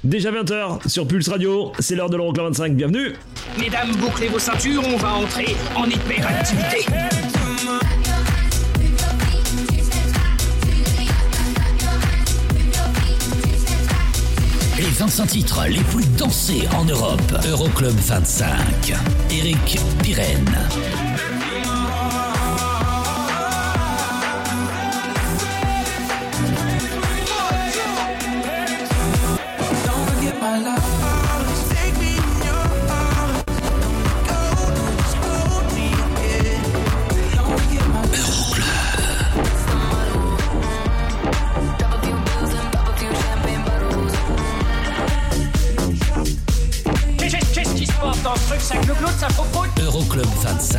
Déjà 20h sur Pulse Radio, c'est l'heure de l'Euroclub 25, bienvenue. Mesdames, bouclez vos ceintures, on va entrer en hyperactivité. Les 25 titres les plus dansés en Europe. Euroclub 25. Eric Pirenne. Dans ce truc, ça gloute, ça frotte. Euroclub 25.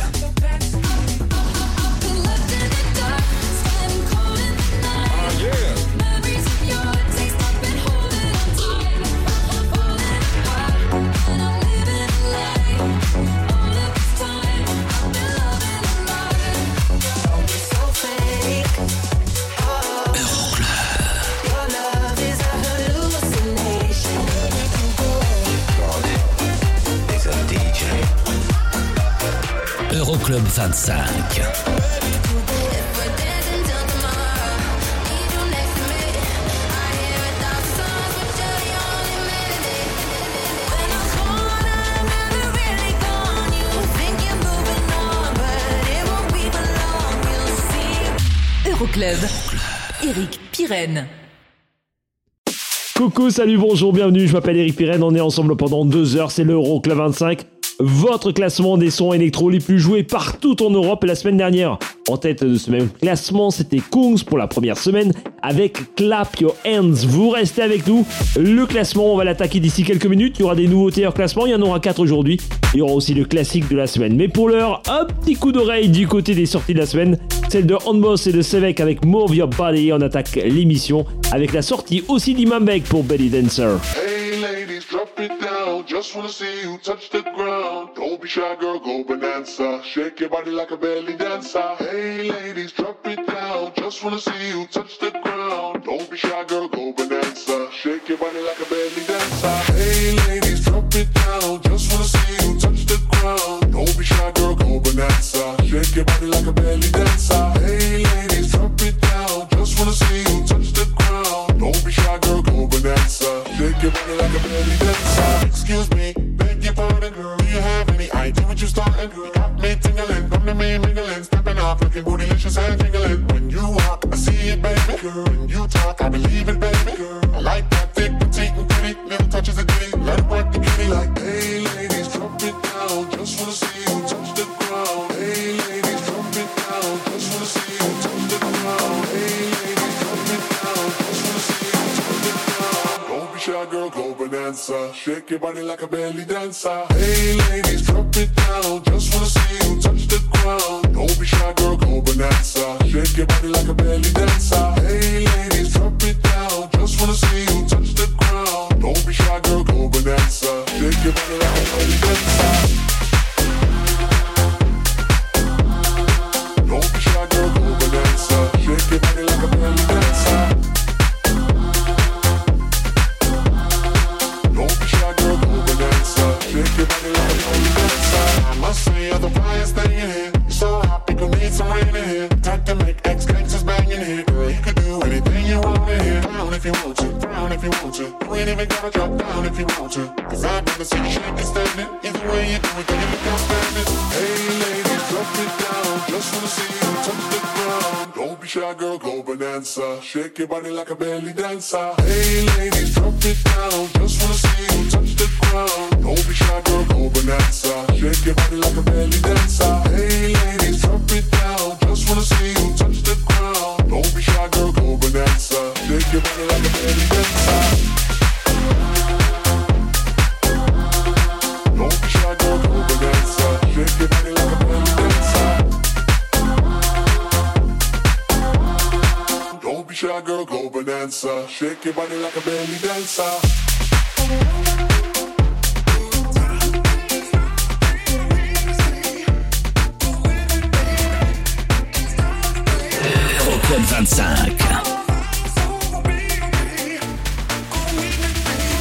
Euroclub 25. Euroclub. Eric Pirenne. Coucou, salut, bonjour, bienvenue, je m'appelle Eric Pirenne, on est ensemble pendant 2 heures, c'est l'Euroclub 25. Votre classement des sons électro les plus joués partout en Europe. Et la semaine dernière, en tête de ce même classement, c'était Kungs pour la première semaine avec Clap Your Hands. Vous restez avec nous. Le classement, on va l'attaquer d'ici quelques minutes. Il y aura des nouveautés hors classement. Il y en aura 4 aujourd'hui. Il y aura aussi le classique de la semaine. Mais pour l'heure, un petit coup d'oreille du côté des sorties de la semaine. Celle de Handboss et de Sevek avec Move Your Body. On attaque l'émission avec la sortie aussi d'Imambek pour Belly Dancer. Hey ladies, drop it down. Just wanna see you touch the ground. Don't be shy, girl, go bonanza. Shake your body like a belly dancer. Hey ladies, drop it down. Just wanna see you touch the ground. Don't be shy, girl, go bonanza. Shake your body like a belly dancer. Hey ladies, drop it down. Just wanna see you touch the ground. Don't be shy, girl, go bonanza. Shake your body like a belly dancer. Hey ladies, drop it down. Just wanna see you touch the ground. Don't be shy, girl, go bonanza. Shake your body like a belly dancer. Excuse me, beg your pardon, girl. Do you have any idea what you started? You got me tingling, come to me mingling, stepping off, looking bootylicious and jingling. When you walk, I see it, baby. Girl, when you talk, I believe it, baby. Girl, I like that thick, petite and pretty. Little touches of ditty, let it work the kitty. Like, hey ladies, drop it down. Just wanna see you touch the ground. Hey ladies, drop it down. Just wanna see you touch the ground. Hey ladies, drop it down. Just wanna see you touch the ground. Don't be shy, girl, go bonanza. Shake your body like a belly dancer. Hey ladies, drop it down. Just wanna see you touch the ground. Don't be shy, girl, go bonanza. Shake your body like a belly dancer. Hey ladies, drop it down. Just wanna see you touch the ground. Don't be shy, girl, go bonanza. Shake your body like a belly dancer. Don't be shy, girl, go bonanza. Shake your body like a belly dancer. Don't be shy, girl, go bonanza. Shake your body like a belly dancer. I must say you're the brightest thing in here. You're so hot, people need some rain in here. Time to make ex-gangsters bang in here. Girl, you could do anything you want in here. Down if you want to, down if you want to. You ain't even gotta drop down if you want to. Cause I've never seen you shake and stand it. Either way you do it, then you look outstanding. Hey ladies, drop it down. Just wanna see you touch the ground. Don't be shy, girl, go bonanza. Shake your body like a belly dancer. Hey ladies, drop it down. Just wanna see you touch the ground. Don't be shy, girl, go bonanza. Shake your body like a belly dancer. Hey ladies, drop it down. Just wanna see you touch the ground. Don't be shy, girl, go bonanza. Shake your body like a belly dancer. Don't be shy, girl, go bonanza. Shake your body like a belly dancer. Don't be shy, girl, go bonanza. Shake your body like a belly dancer. Euroclub 25.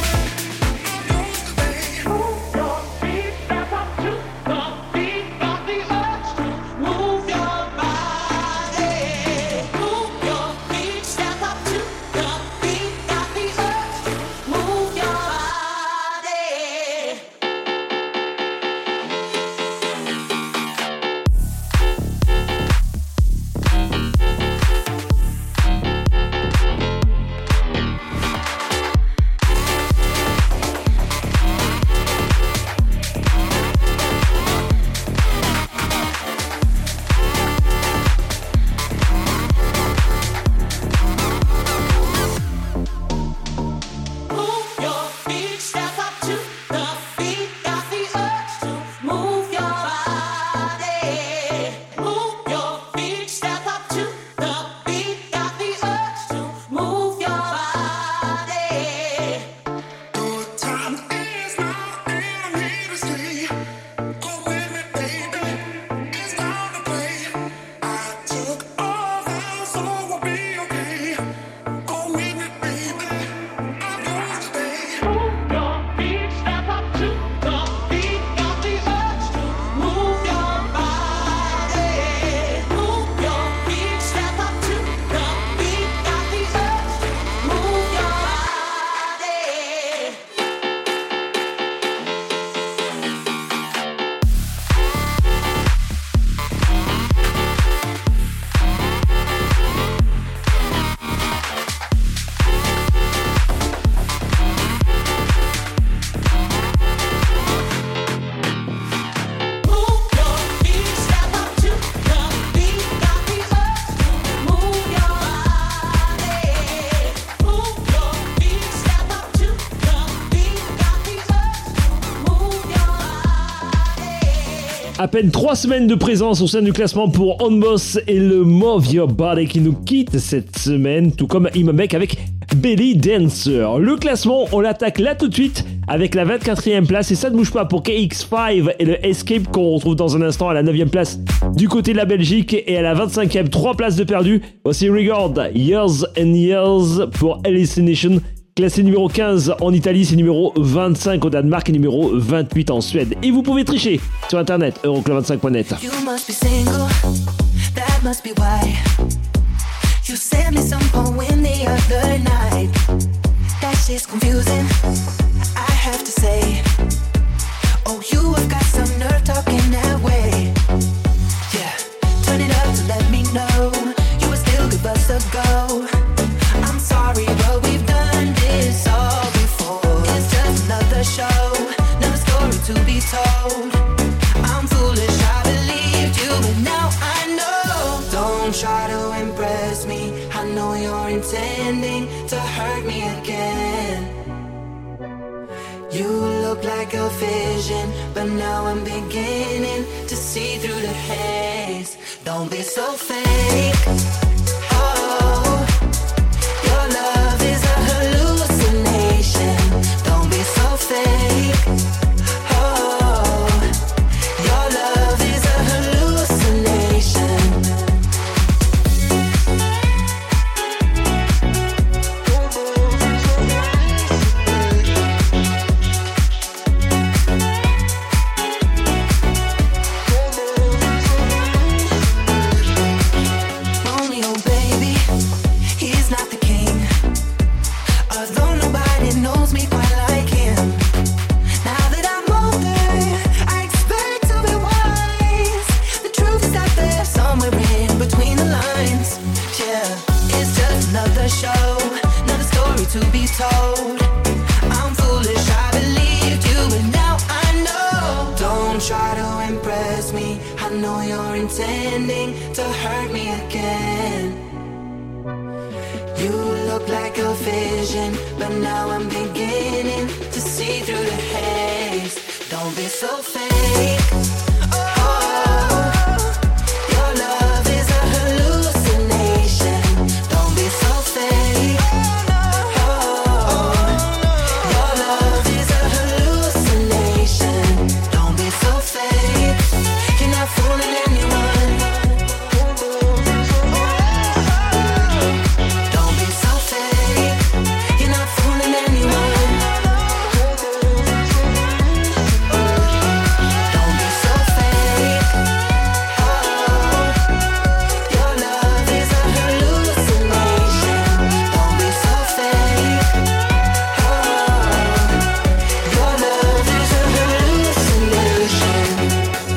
À peine 3 semaines de présence au sein du classement pour On Boss et le Move Your Body qui nous quitte cette semaine, tout comme Imamek avec Belly Dancer. Le classement, on l'attaque là tout de suite avec la 24e place et ça ne bouge pas pour KX5 et le Escape qu'on retrouve dans un instant à la 9e place du côté de la Belgique et à la 25e, 3 places de perdu. Voici Regard, Years and Years pour Hallucination. Classé numéro 15 en Italie, c'est numéro 25 au Danemark et numéro 28 en Suède. Et vous pouvez tricher sur internet, euroclub25.net. You must be single, that must be why. You sent me some poem the other night. That shit's confusing, I have to say. Oh, you have got some nerve talking that way. Yeah, turn it up to let me know you would still give us a go. I'm sorry, but we've done this all before. It's just another show, another story to be told. I'm foolish, I believed you, but now I know. Don't try to impress me, I know you're intending to hurt me again. You look like a vision, but now I'm beginning to see through the haze. Don't be so fake. Oh, your love is a hallucination. Don't be so fake. Oh, your love is a hallucination. Romeo, baby, he's not the king. Although nobody knows me quite like him. Now that I'm older, I expect to be wise. The truth is out there somewhere in between the lines. Yeah, it's just another show, another story to be told. I'm foolish, I believed you, but now I know. Don't try to impress me, I know you're intending to hurt me again. You look like a vision, but now I'm beginning to see through the haze. Don't be so fake. Oh, your love is a hallucination. Don't be so fake. Oh, your love is a hallucination. Don't be so fake. You're not fooling anyone. Don't be so fake. You're not fooling anyone. Don't be so fake. Oh, your love is a hallucination. Don't be so fake. Oh, your love is a hallucination.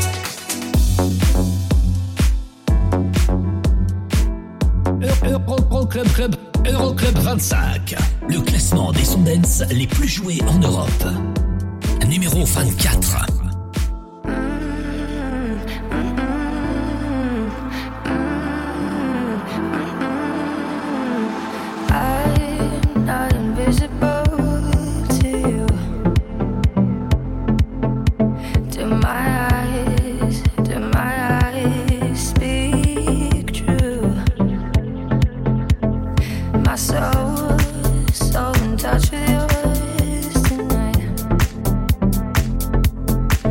Euroclub 25, le classement des sons dance les plus joués en Europe. Numéro 24. I'm not invisible to you. Do my eyes speak true? My soul's so in touch with yours tonight.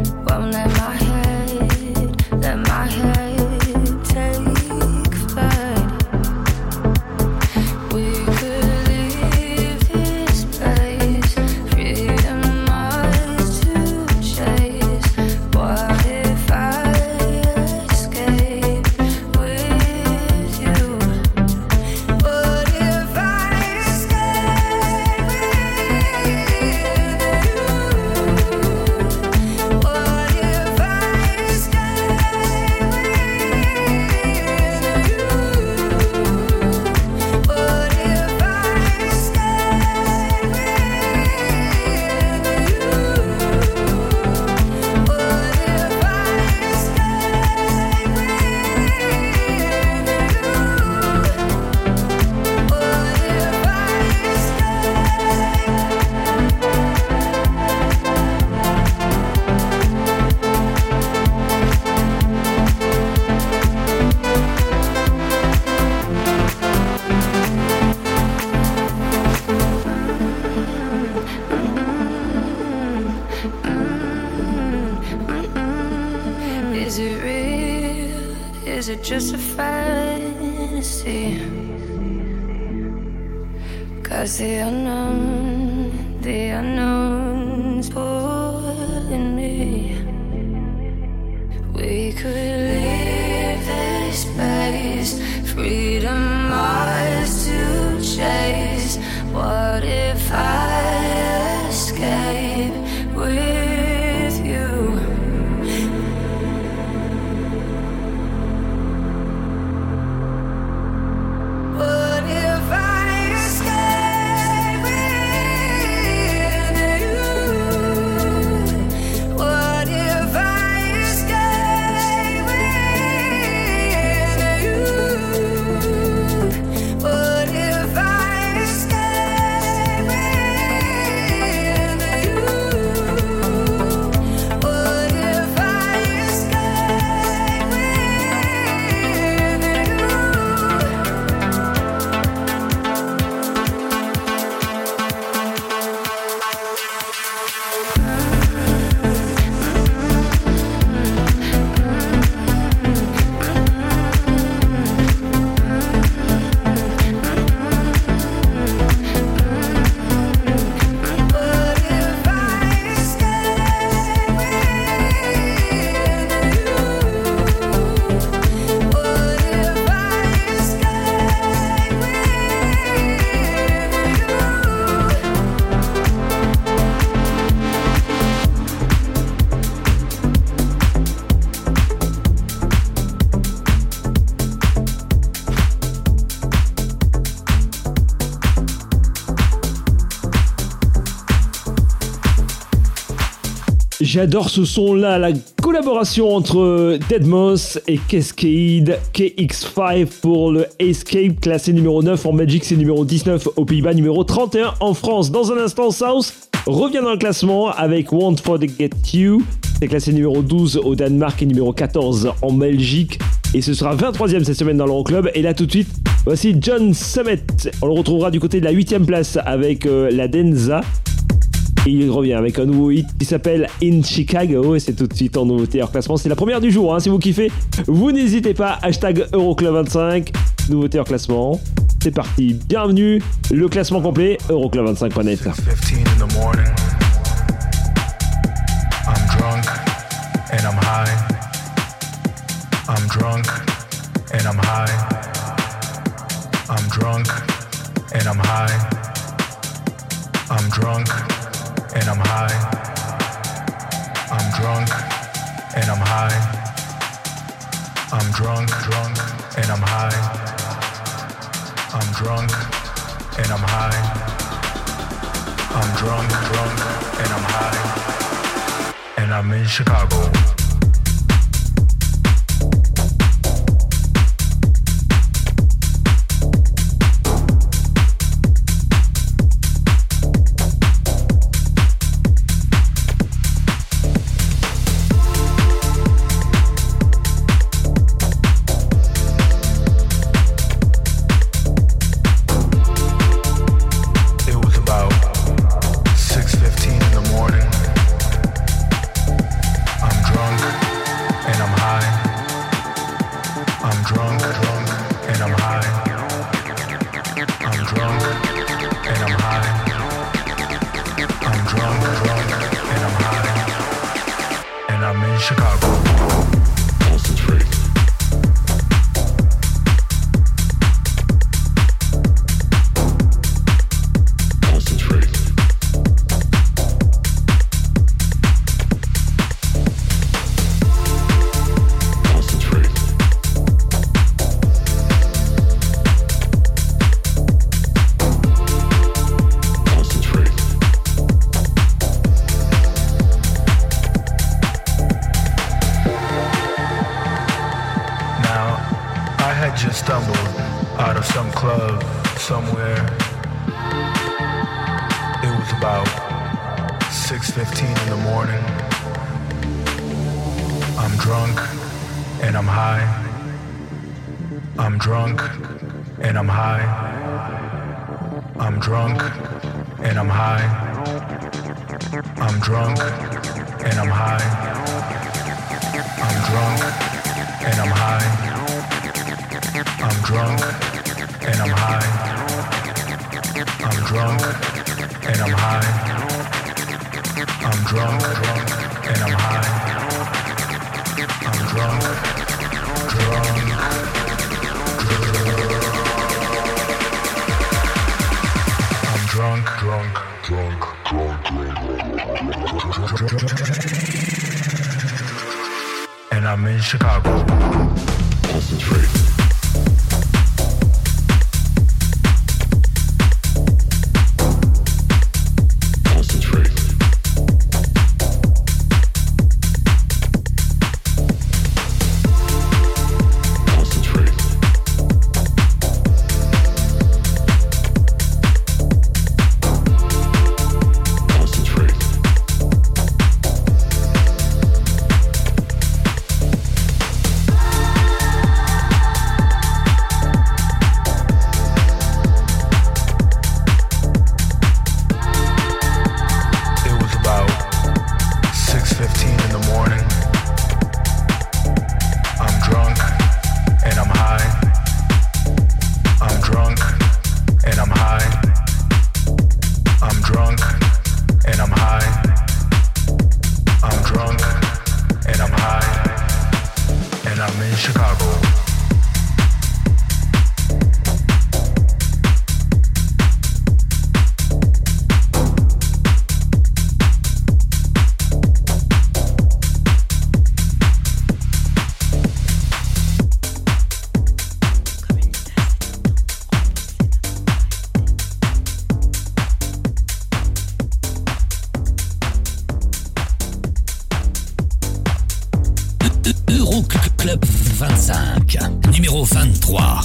it just a fantasy? 'Cause the unknown's pulling me. We could leave this place, freedom ours to chase. What if I escape with you? What if I escape with you? What if I escape with you? What if I escape with you? What if I escape with you? J'adore ce son-là, la collaboration entre Deadmau5 et Cascade KX5 pour le Escape, classé numéro 9 en Belgique, c'est numéro 19 aux Pays-Bas, numéro 31 en France. Dans un instant, South revient dans le classement avec Won't Forget You, c'est classé numéro 12 au Danemark et numéro 14 en Belgique. Et ce sera 23e cette semaine dans l'Euroclub. Et là tout de suite, voici John Summit. On le retrouvera du côté de la 8e place avec la Denza. Et il revient avec un nouveau hit qui s'appelle In Chicago et c'est tout de suite en nouveauté hors classement. C'est la première du jour, hein. Si vous kiffez, vous n'hésitez pas, hashtag Euroclub25, nouveauté hors classement. C'est parti, bienvenue, le classement complet, Euroclub25.net. 6:15 in the morning. I'm drunk and I'm high. I'm drunk and I'm high. I'm drunk and I'm high. I'm drunk and I'm high. I'm drunk and I'm high. I'm drunk and I'm high. I'm drunk and I'm high. I'm drunk and I'm high. And I'm in Chicago. I'm drunk and I'm high. I'm drunk and I'm high. I'm drunk and I'm high. I'm drunk and I'm high. I'm drunk, drunk. I'm drunk, drunk, drunk, and I'm in Chicago. Concentrate. Euroclub 25, numéro 23.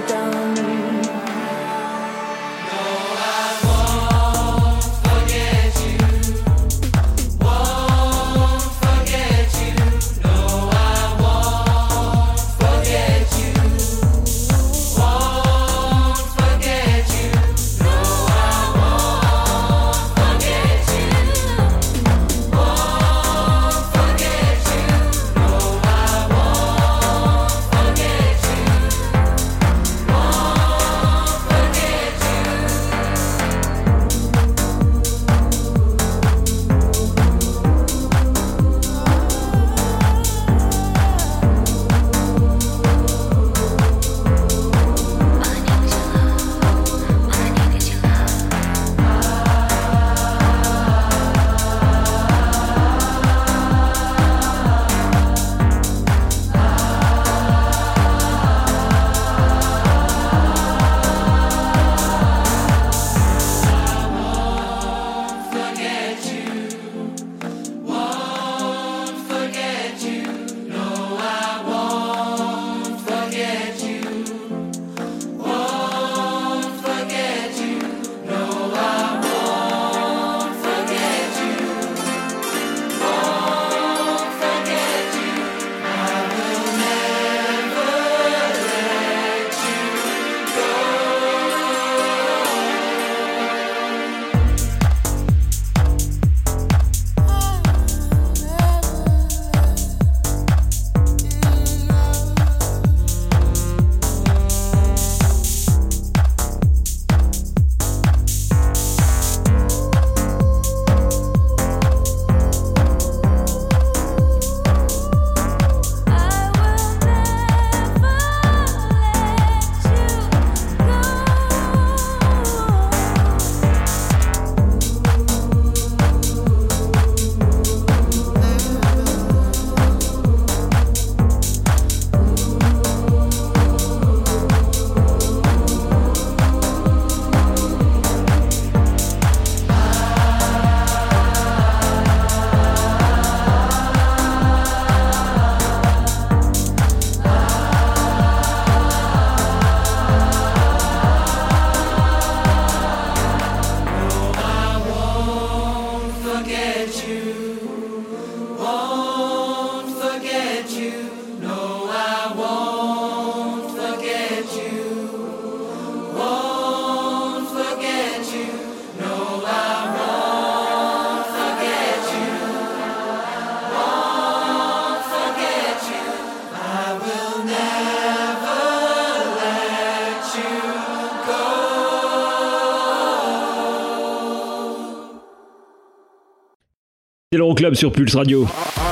Forget C'est l'Euroclub sur Pulse Radio.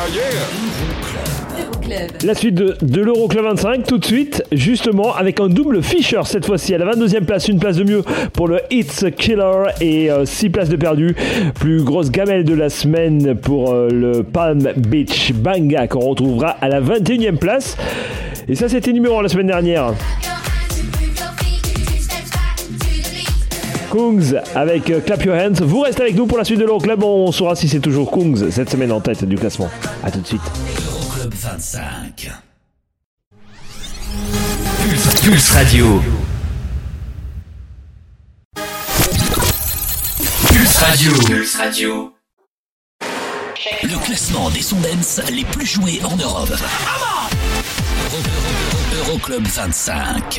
La suite de l'Euroclub 25, tout de suite, justement, avec un double Fischer cette fois-ci. À la 22e place, une place de mieux pour le It's Killer et 6 places de perdu. Plus grosse gamelle de la semaine pour le Palm Beach Banga qu'on retrouvera à la 21e place. Et ça, c'était numéro 1 la semaine dernière. Kungs avec Clap Your Hands. Vous restez avec nous pour la suite de l'Euroclub. On saura si c'est toujours Kungs cette semaine en tête du classement. A tout de suite. Euroclub 25. Pulse Radio. Pulse Radio. Pulse Radio. Le classement des sons dance les plus joués en Europe. Euroclub 25.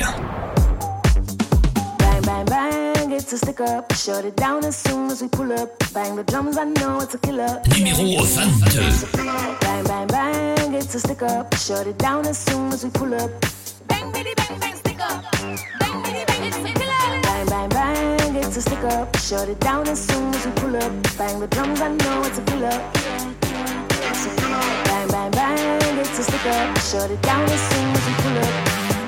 Bang, bang, bang, it's a stick up. Shut it down as soon as we pull up. Bang the drums, I know it's a killer. Numéro 22. Bang, bang, bang, it's a stick up. Shut it down as soon as we pull up. Bang, bitty, bang, bang, stick up. Bang, bitty, bang, it's a killer. Bang, bang, bang, it's a stick up. Shut it down as soon as we pull up. Bang the drums, I know it's a killer. Bang, bang, bang, it's a stick up. Shut it down as soon as we pull up.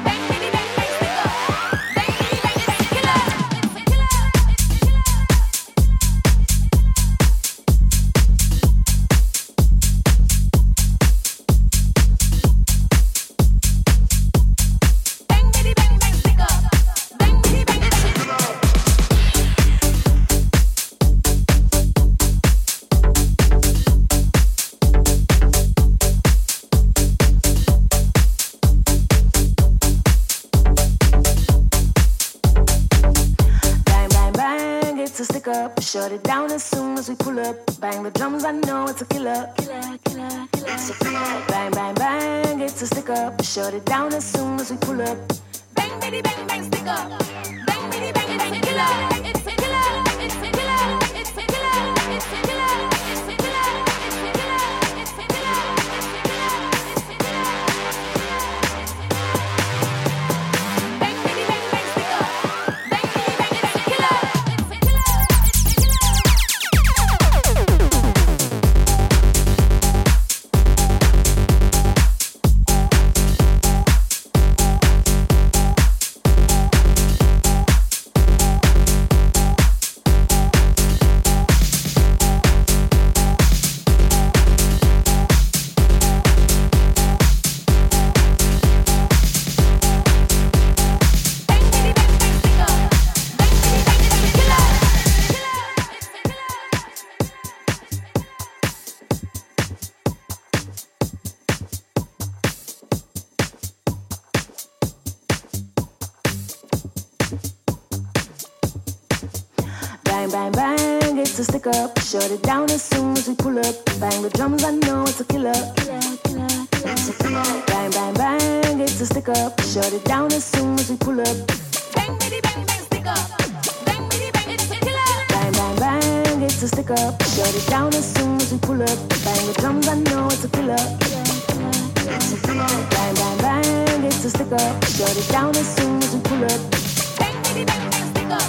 Shut it down as soon as we pull up. Bang the drums, I know it's a killer. Bang, bang, bang, it's a stick up. Shut it down as soon as we pull up. Bang, bitty, bang, bang, stick up. Bang, bitty, bang, it's a killer. It's a killer. It's a killer. It's a killer. It's a killer. It's a killer. It's a killer. It's a killer. Bang, bitty, bang, bang, stick up. Bang, bitty, bang, it's a killer. Bang, bang, it's a stick up. Shut it down as soon as we pull up. Bang the drums, I know it's a killer. Bang, bang, bang, it's a stick up. Shut it down as soon as we pull up. Bang, bitty, bang, bang, stick up. Bang, bitty, bang, it's a killer. Bang, bang, bang, it's a stick up. Shut it down as soon as we pull up. Bang the drums, I know it's a killer. Bang, bang, bang, it's a stick up. Shut it down as soon as we pull up. Bang, bitty, bang, bang, stick up.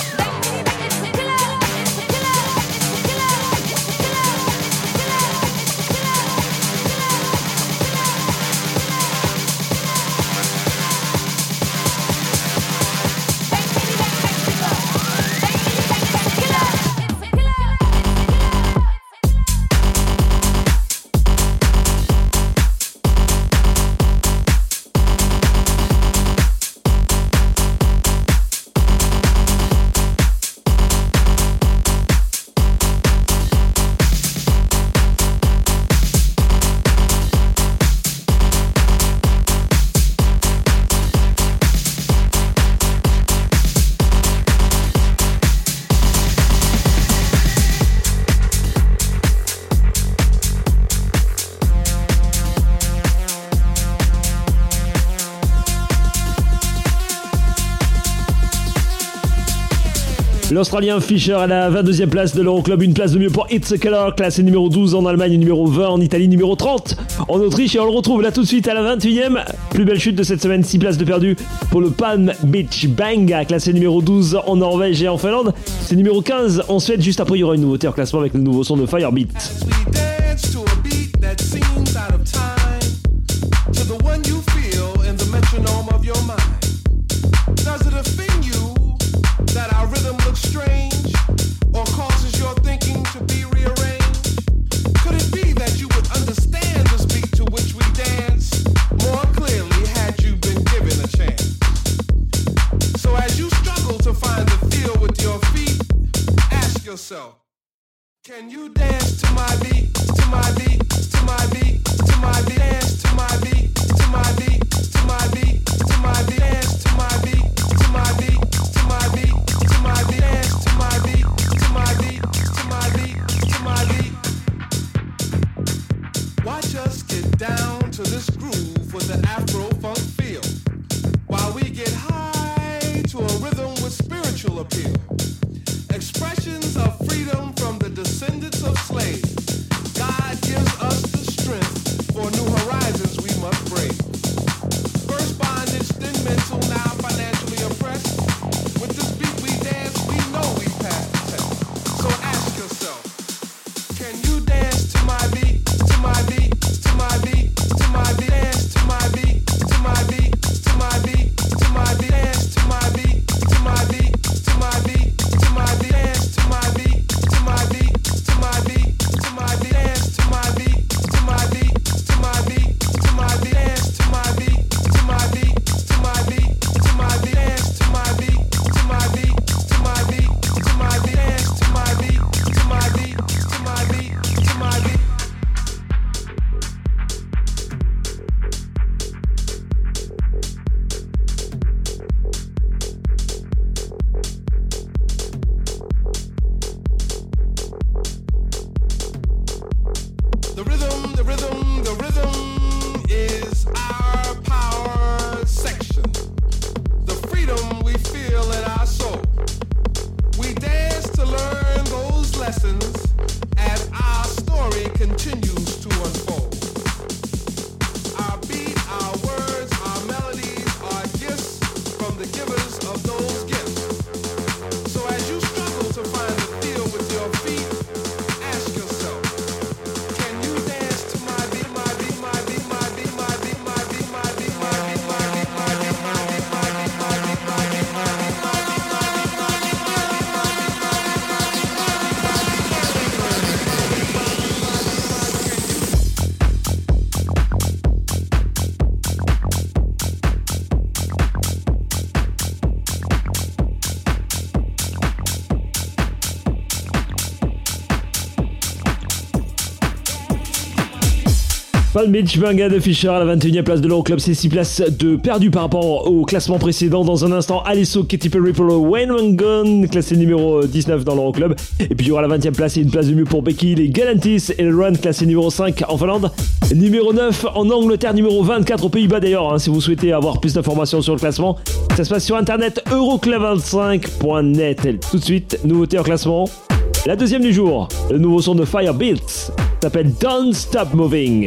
L'Australien Fischer à la 22e place de l'Euroclub, une place de mieux pour It's a Killer, classé numéro 12 en Allemagne, numéro 20 en Italie, numéro 30 en Autriche, et on le retrouve là tout de suite à la 21e. Plus belle chute de cette semaine, 6 places de perdu pour le Palm Beach Banga, classé numéro 12 en Norvège et en Finlande. C'est numéro 15 en Suède. Juste après, il y aura une nouveauté en classement avec le nouveau son de Firebeat. Palm Beach Banga de Fisher à la 21e place de l'Euroclub, c'est 6 places de perdu par rapport au classement précédent. Dans un instant, Alesso, Katy Perry pour le Wayne Wangon, classé numéro 19 dans l'Euroclub. Et puis il y aura la 20e place et une place de mieux pour Becky, les Galantis et le Run, classé numéro 5 en Finlande, numéro 9 en Angleterre, numéro 24 aux Pays-Bas d'ailleurs, si vous souhaitez avoir plus d'informations sur le classement. Ça se passe sur internet, euroclub25.net. Tout de suite, nouveauté en classement. La deuxième du jour, le nouveau son de Firebeats s'appelle Don't Stop Moving.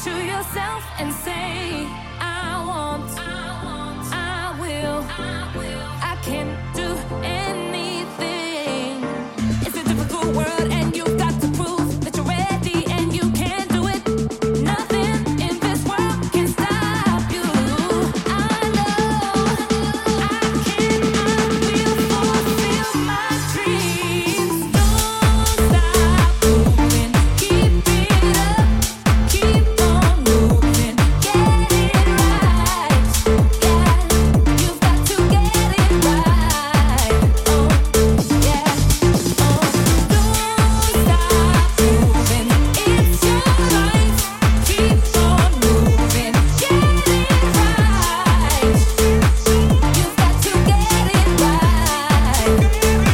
to yourself and say, I want, I will, I can do anything. It's a difficult world and you've got to prove that you're ready and you can do it. Nothing in this world can stop you. I know I can, I will fulfill my dreams. Don't stop moving, keep it up, keep on moving, get it right. Yeah, you've got to get it right. Oh, yeah. Oh, don't stop moving, it's your life. Keep on moving, get it right. You've got to get it right.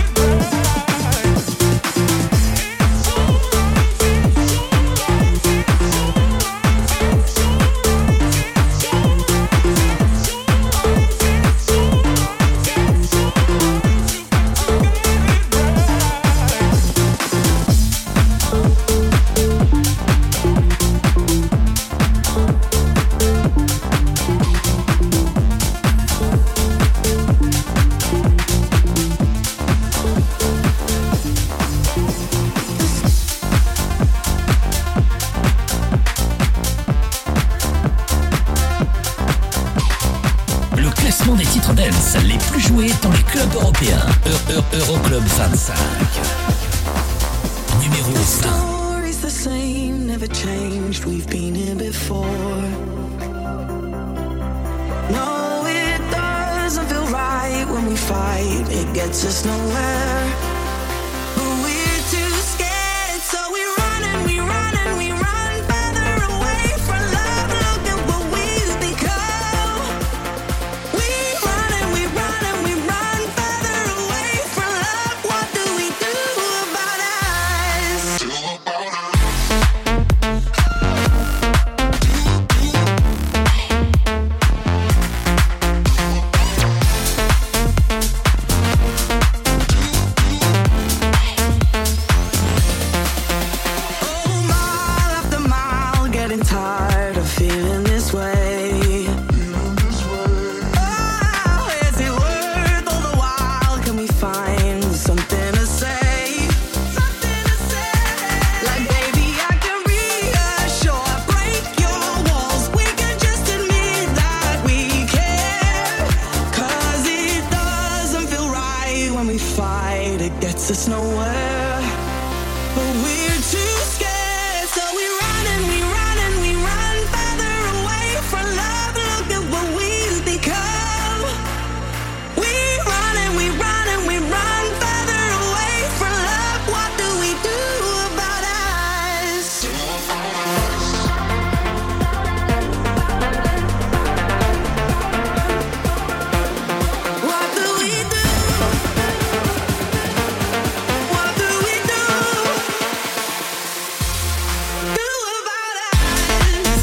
Le classement des titres dance les plus joués dans les clubs européens. Euroclub 25. Numéro 20. Story's the same, never changed. We've been here before. No, it doesn't feel right when we fight. It gets us nowhere. But we're too scared, so we run and we run and we run further away from love. Look at what we've become. We run and we run and we run further away from love. What do we do about us? Oh, mile after mile, getting tired of feeling this way. Oh, is it worth all the while? Can we find something to say? Something to say. Like, baby, I can reassure, break your walls. We can just admit that we care. 'Cause it doesn't feel right when we fight. It gets us nowhere. But we're too scared, so we run and we run and we run further away from love. Look at what we've become. We run and we run and we run further away from love. What do we do about us? What do we do? What do we do? Do about us?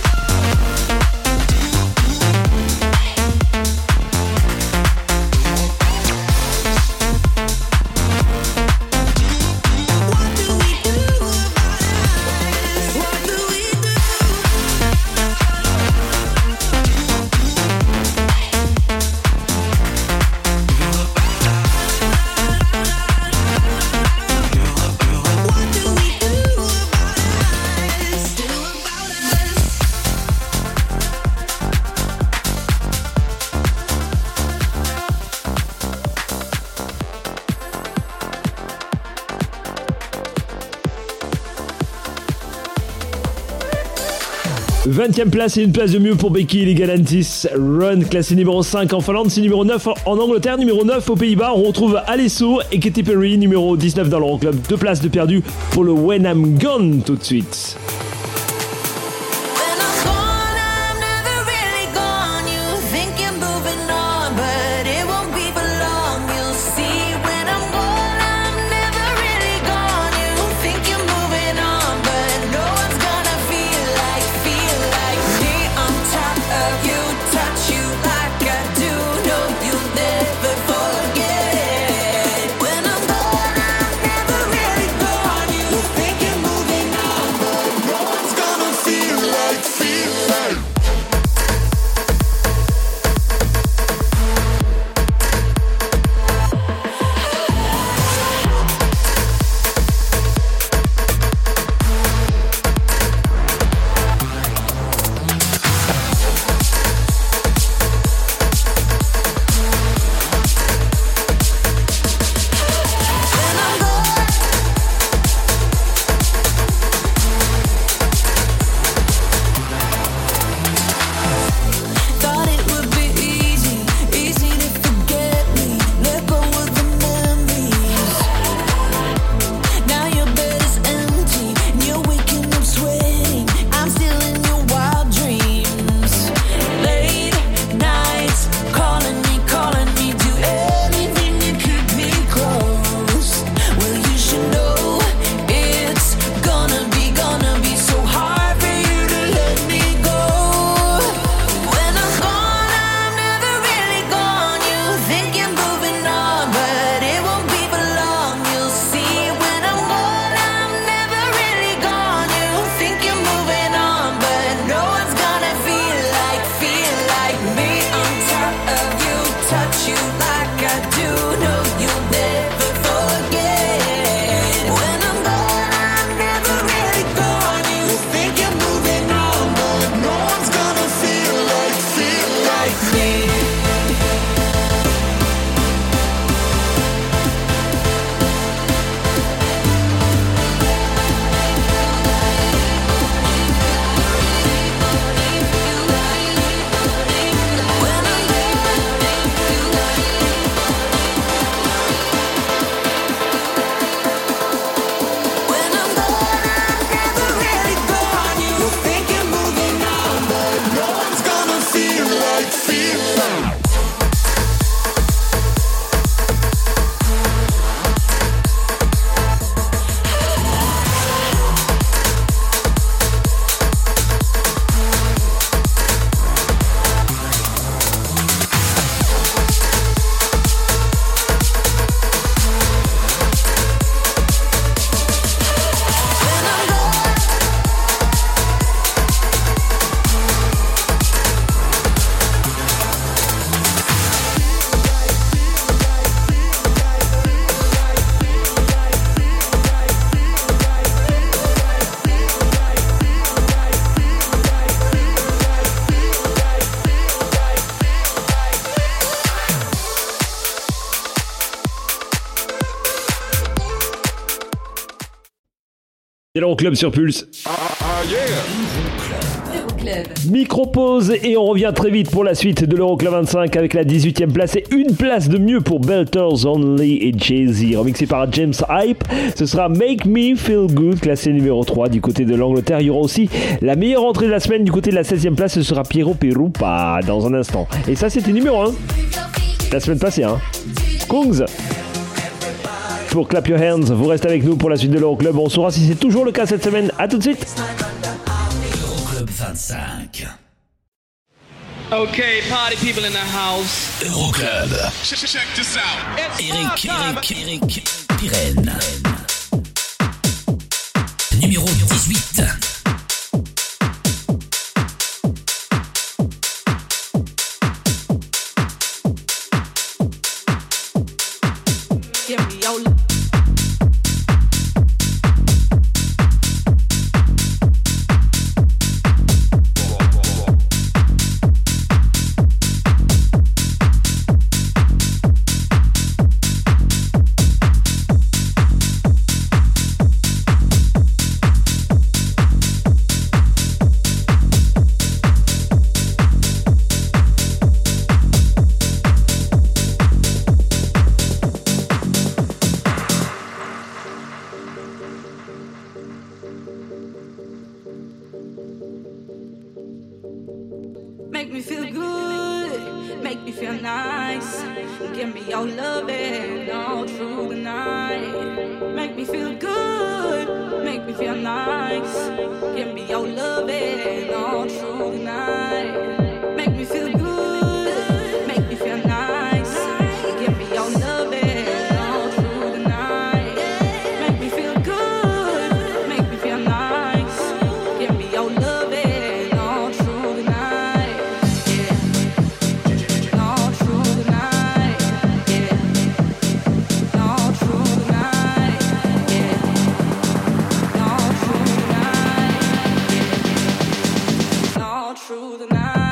What do we do about us? What do we do? What do we do about us? Do about us? « 20e place et une place de mieux pour Becky et les Galantis. Run, classé numéro 5 en Finlande, c'est numéro 9 en Angleterre, numéro 9 aux Pays-Bas. On retrouve Alesso et Katy Perry, numéro 19 dans l'Euroclub. 2 places de perdu pour le When I'm Gone tout de suite. When I'm gone, I'm never really gone. You think you're moving on, but it won't be for long. You'll see. When I'm gone, I'm never really gone. You think you're moving on, but no one's gonna feel like me on top of you, touch you like I do. No, you'll never forget it. When I'm gone, I'm never really gone. You think you're moving on, but no you like I do. No, you'll never forget. When I'm gone, I'm never really gone. You think you're moving on, but no one's gonna feel like me. C'est l'Euroclub sur Pulse. Euroclub. Micro-pause et on revient très vite pour la suite de l'Euroclub 25 avec la 18e place et une place de mieux pour Belters Only et Jay-Z. Remixé par James Hype, ce sera Make Me Feel Good, classé numéro 3 du côté de l'Angleterre. Il y aura aussi la meilleure entrée de la semaine du côté de la 16e place, ce sera Piero Pirupa dans un instant. Et ça c'était numéro 1 la semaine passée. Kungs pour Clap Your Hands, vous restez avec nous pour la suite de l'Euroclub. On saura si c'est toujours le cas cette semaine. A tout de suite. Euroclub 25. Okay, party people in the house. Euroclub. Check this out. Eric Pirenne. Numéro 18. Give me your make me feel good, make me feel nice. Give me your loving all through the night. Make me feel good, make me feel nice. Give me your loving all through the night. Make me feel good, make me feel nice. Give me your loving all through the night. Make me feel good, make me feel nice. Give me your loving all through the night. Yeah, all through the night. Yeah, all through the night. Yeah, all through the night. Yeah, all through the night.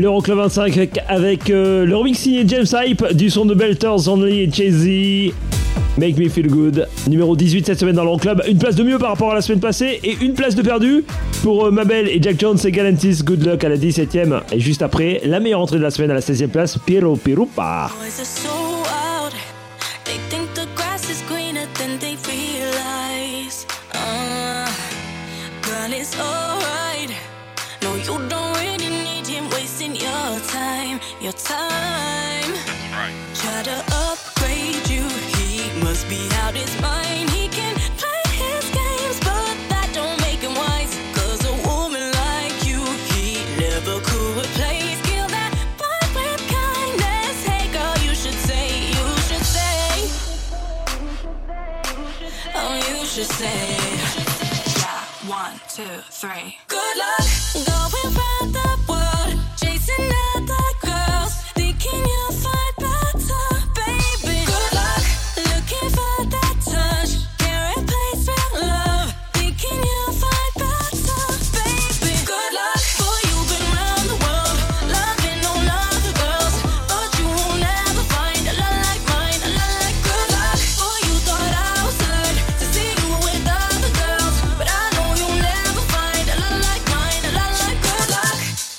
l'Euroclub 25 avec le remix signé James Hype du son de Belters, Only et Jay-Z. Make Me Feel Good. Numéro 18 cette semaine dans l'Euroclub. Une place de mieux par rapport à la semaine passée et une place de perdu pour Mabel et Jack Jones et Galantis. Good Luck à la 17ème. Et juste après, la meilleure entrée de la semaine à la 16ème place, Piero Pirupa. Your time, try to upgrade you. He must be out his mind. He can play his games, but that don't make him wise. 'Cause a woman like you, he never could replace. Kill that fight with kindness. Hey girl, you should say, oh you should say. Yeah, 1, 2, 3. Good luck going round the world, chasing other girls, thinking you'll find better, baby. Good luck looking for that touch, can't replace real love, thinking you'll find better, baby. Good luck, boy, you've been round the world, loving on other girls, but you won't ever find a lot like mine, a lot like good luck. Boy, you thought I was hurt to see you with other girls, but I know you'll never find a lot like mine, a lot like good luck.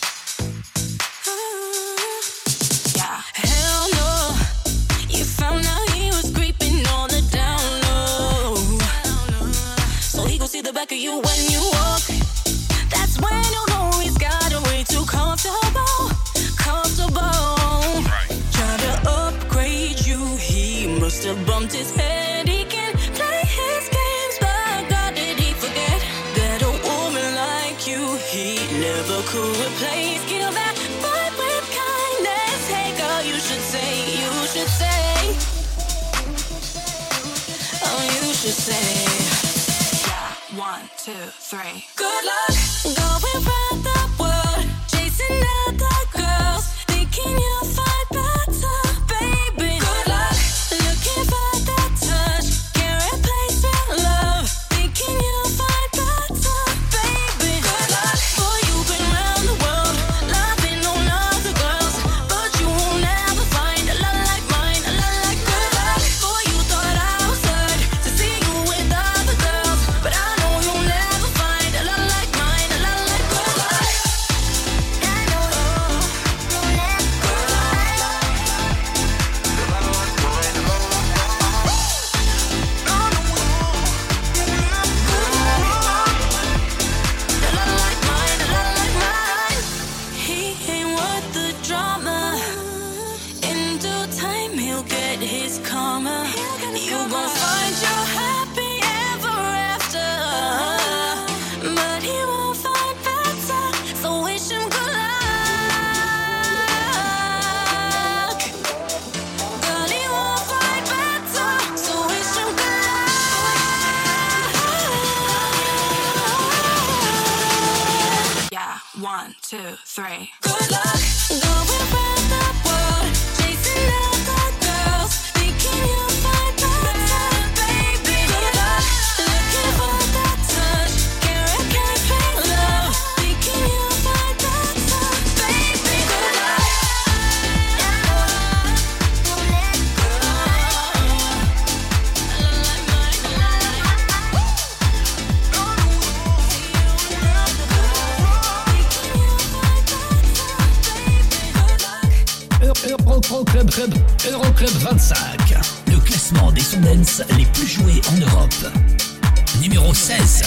Yeah, hell no, you found out he was creeping on the down low, so he gon' see the back of you when you walk. That's when you know he's got a way too comfortable, comfortable. Try to upgrade you, he must have bumped his head. He can play his games, but God, did he forget that a woman like you, he never could replace. Kill that fight with kindness. Hey girl, you should say, oh you should say. Yeah, 1, 2, 3. Good luck going round the world, chasing other girls, thinking you'll find better, baby. Good luck looking for that touch, can't replace real love, thinking you'll find better, baby. Good luck, boy, you've been round the world, loving on other girls, but you won't ever find a lot like mine, a lot like good luck. Boy, you thought I was hurt to see you with other girls, but I know you'll never find a lot like mine, a lot like good luck. I know you'll never good a lot like mine, a lot like mine. He ain't worth the drama. In due time, he'll get his karma. You gon' find your happy ever after, but he won't find better. So wish him good luck. Girl, he won't find better. So wish him good luck. Yeah, 1, 2, 3. Good luck going round the world, chasing other girls, thinking you'll find better, baby. Good luck looking for that touch, can't replace real love, thinking you'll find better, baby. Good luck. Euroclub 25, le classement des sons dance les plus joués en Europe. Numéro 16.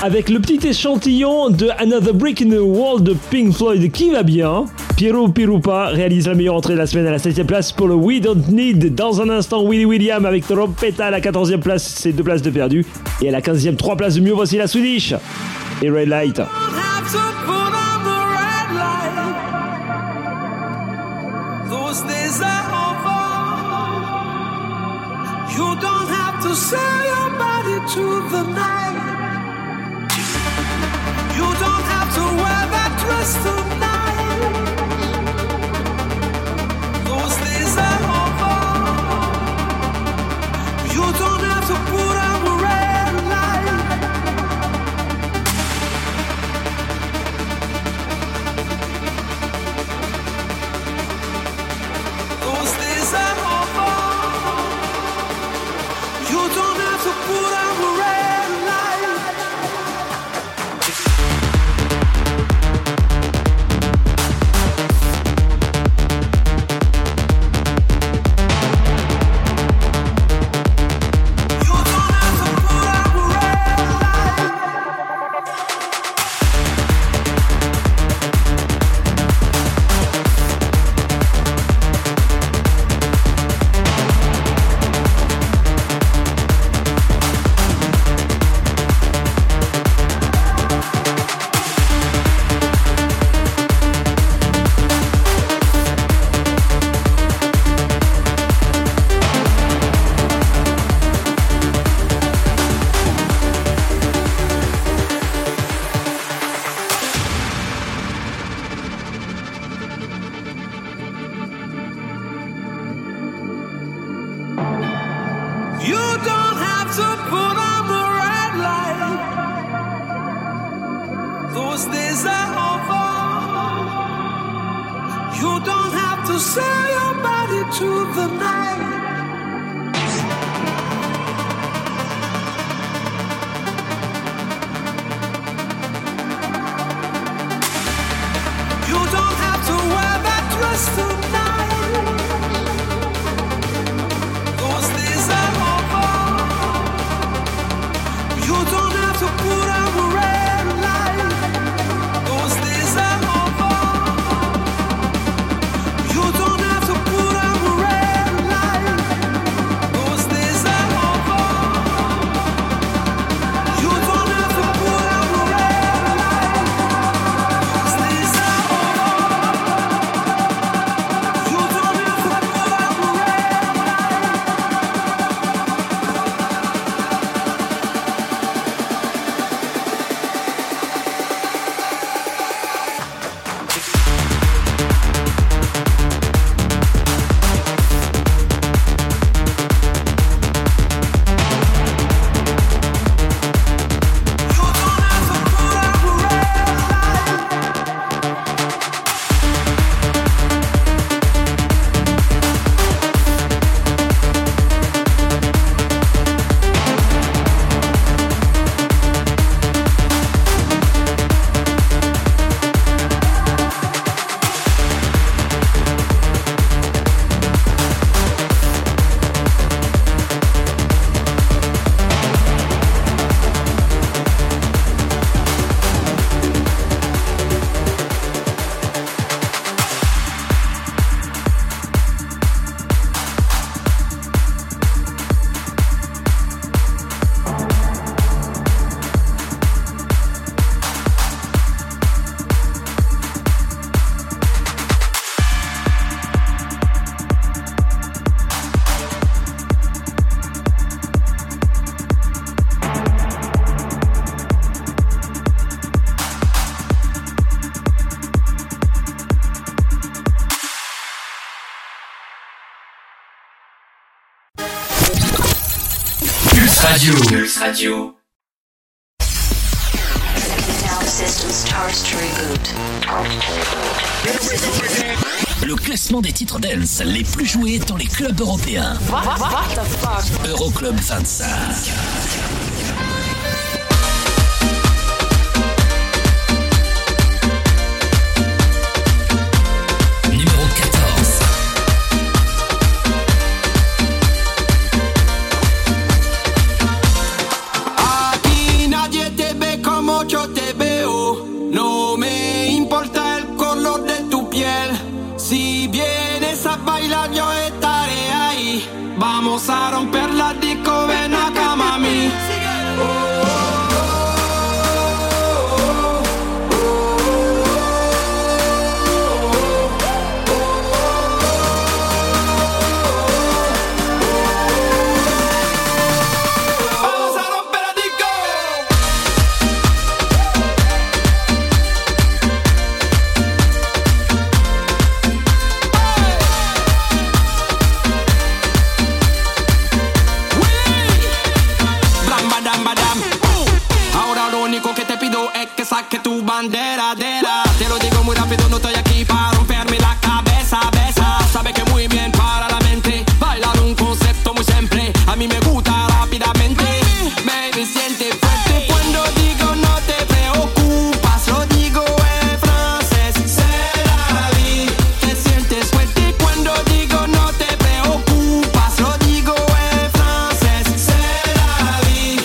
avec le petit échantillon de Another Brick in the Wall de Pink Floyd qui va bien. Piero Pirupa réalise la meilleure entrée de la semaine à la 7ème place pour le We Don't Need. Dans un instant, Willie William avec Trompetta à la 14ème place, c'est 2 places de perdu. Et à la 15ème, 3 places de mieux, voici la Swedish et Red Light. You don't have to sell your body to the night. You don't have to wear that dress tonight. Those days are over. You don't have to put on a red light. Those days are over. You don't have to put on a red light. You don't have to put on the red light. Those days are over. You don't have to sell your body to the night. You don't have to wear that dress tonight. Those days are over. You don't have to put on a red light. Those days are over. You don't have to put on a red light. Those days are over. You don't have to put on a red light. Those days are over. You don't have to put on a red light. Pulse Radio. Sound system starts to reboot. Le classement des titres dance les plus joués dans les clubs européens. What the fuck? Euroclub 25. Numéro 14. Aquí nadie te ve como Vamos a romper la disco, ven acá, mami. Saque tu bandera, te lo digo muy rápido, no estoy aquí para romperme la cabeza, besa. Sabe que muy bien para la mente, bailar un concepto muy simple, a mí me gusta rápidamente. Baby, siente fuerte cuando digo no te preocupas, lo digo en francés, c'est la vie. Te sientes fuerte cuando digo no te preocupas, lo digo en francés, c'est la vie.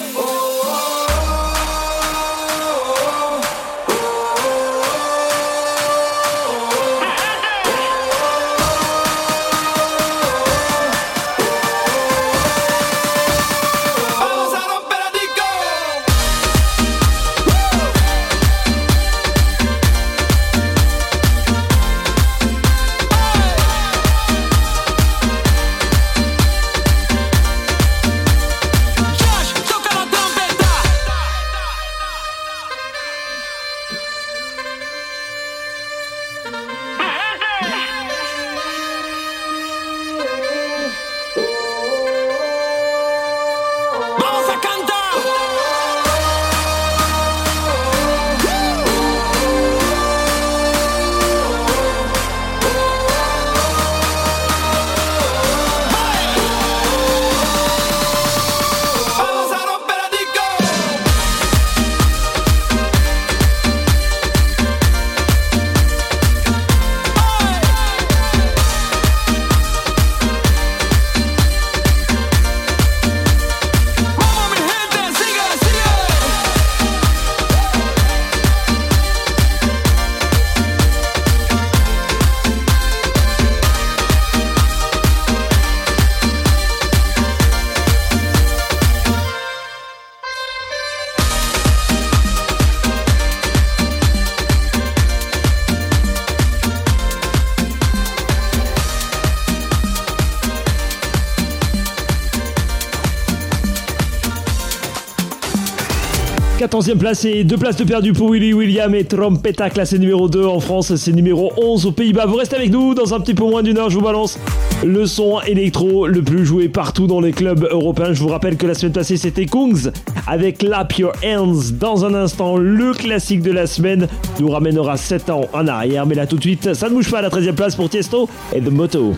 Quatorzième place et 2 places de perdu pour Willy William et Trompetta, classé numéro 2 en France, c'est numéro 11 aux Pays-Bas. Vous restez avec nous, dans un petit peu moins d'une heure, je vous balance le son électro le plus joué partout dans les clubs européens. Je vous rappelle que la semaine passée c'était Kungs avec Clap Your Hands. Dans un instant, le classique de la semaine nous ramènera 7 ans en arrière, mais là tout de suite, ça ne bouge pas à la 13e place pour Tiesto et The Motto.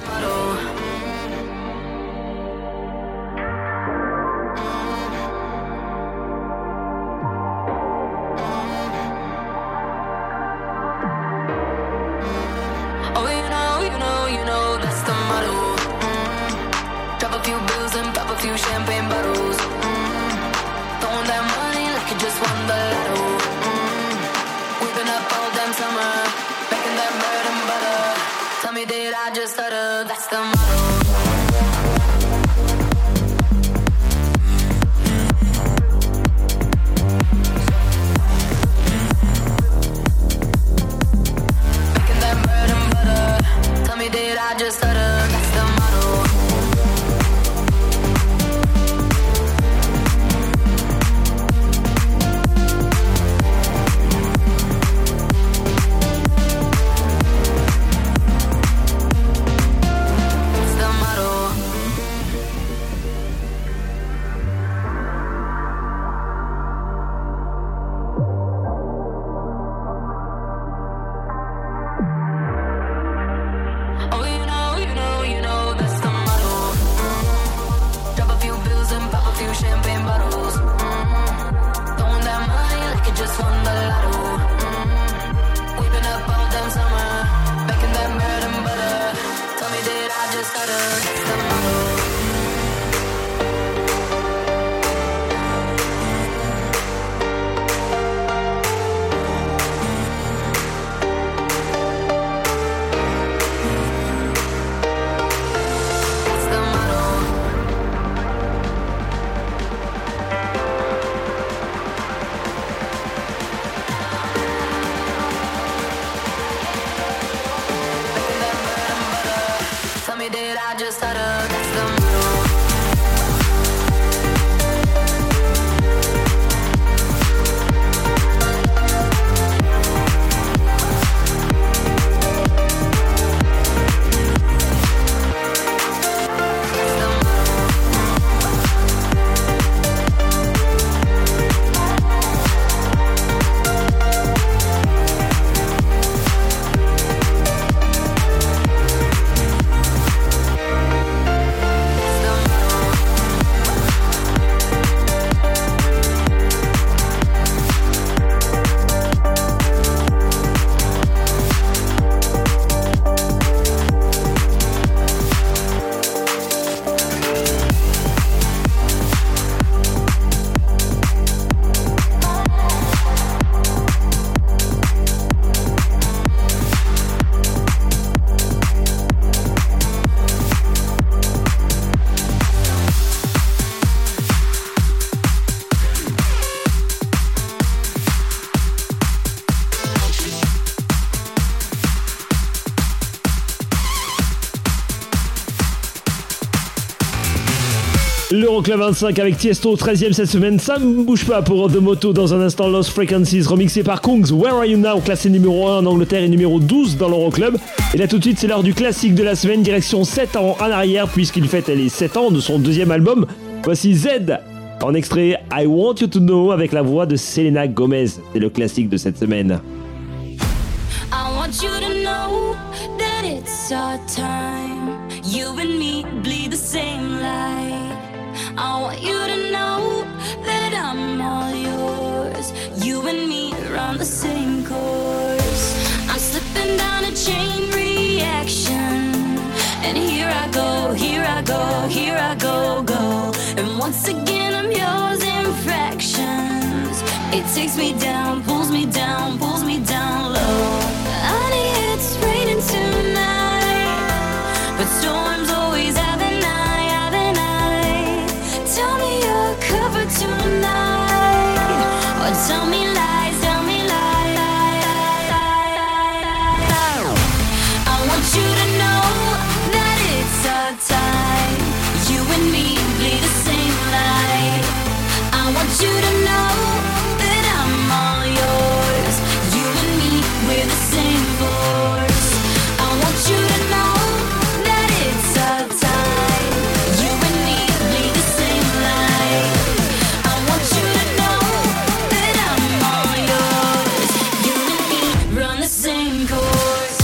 L'Euroclub 25 avec Tiesto, 13e cette semaine, ça ne bouge pas pour The Moto. Dans un instant, Lost Frequencies, remixé par Kungs, Where Are You Now, classé numéro 1 en Angleterre et numéro 12 dans l'Euroclub. Et là tout de suite, c'est l'heure du classique de la semaine, direction 7 ans en arrière, puisqu'il fête les 7 ans de son deuxième album. Voici Z, en extrait I Want You To Know avec la voix de Selena Gomez. C'est le classique de cette semaine. I want you to know that it's our time. You and me bleed the same light. I want you to know that I'm all yours. You and me are on the same course. I'm slipping down a chain reaction. And here I go, here I go, here I go, go. And once again I'm yours in fractions. It takes me down, pulls me down, pulls me down low. Honey, it's raining tonight, but storms always have an eye, have an eye. Tell me you're covered tonight, or tell me lies, tell me lies. I want you to know that it's our time. You and me bleed the same light. I want you to know that I'm all yours. You and me, we're the same force. I want you to know that it's our time. You and me bleed the same light. I want you to know that I'm all yours. You and me run the same course.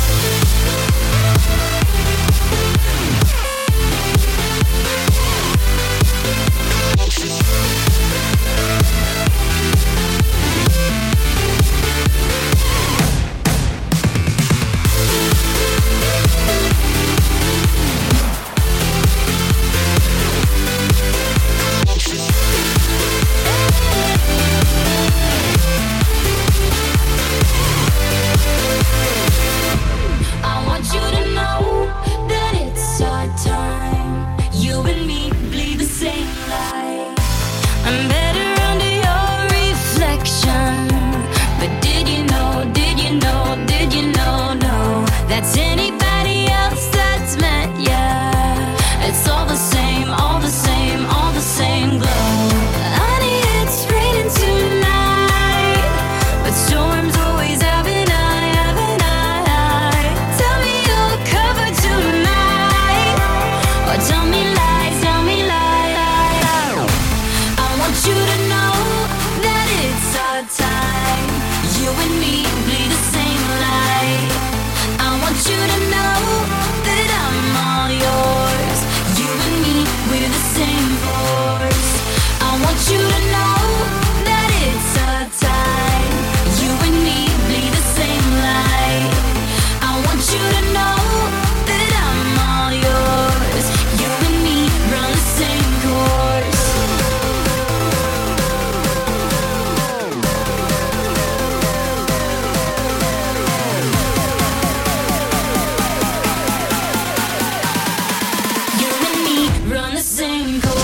I want you to know that it's our time. You and me bleed the same light. I'm better under your reflection. But did you know, did you know, did you know, no, that's anybody else that's met ya. It's all the same, all the same, all the same glow. Honey, it's raining tonight, but storms always have an eye, have an eye. Tell me you're covered tonight, or tell me lies, tell me lies. I want you to know that it's our time. You and me bleed the same light. I want you to know that I'm all yours. You and me, we're the same force. I want you to know that it's our time. You and me bleed the same light. I want you to know that I'm all yours. You and me run the same course. You and me run the same course.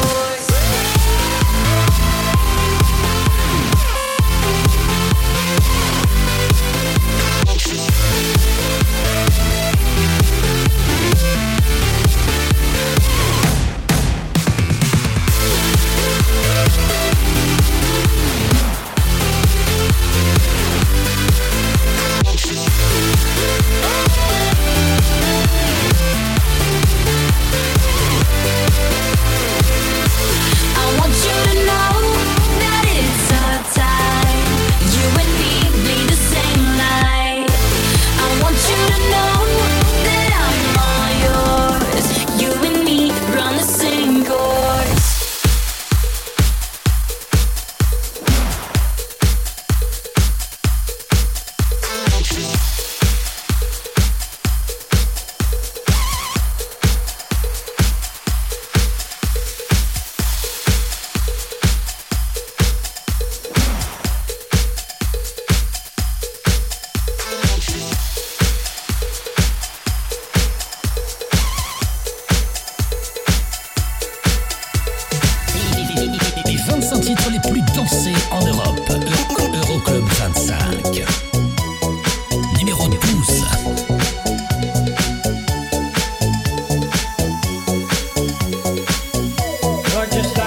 I want you to know that it's our time. You and me bleed the same light. I want you to know that I'm all yours. You and me run the same course. Les 25 titres les plus dansés en Europe. Euroclub 25. Numéro 12. Just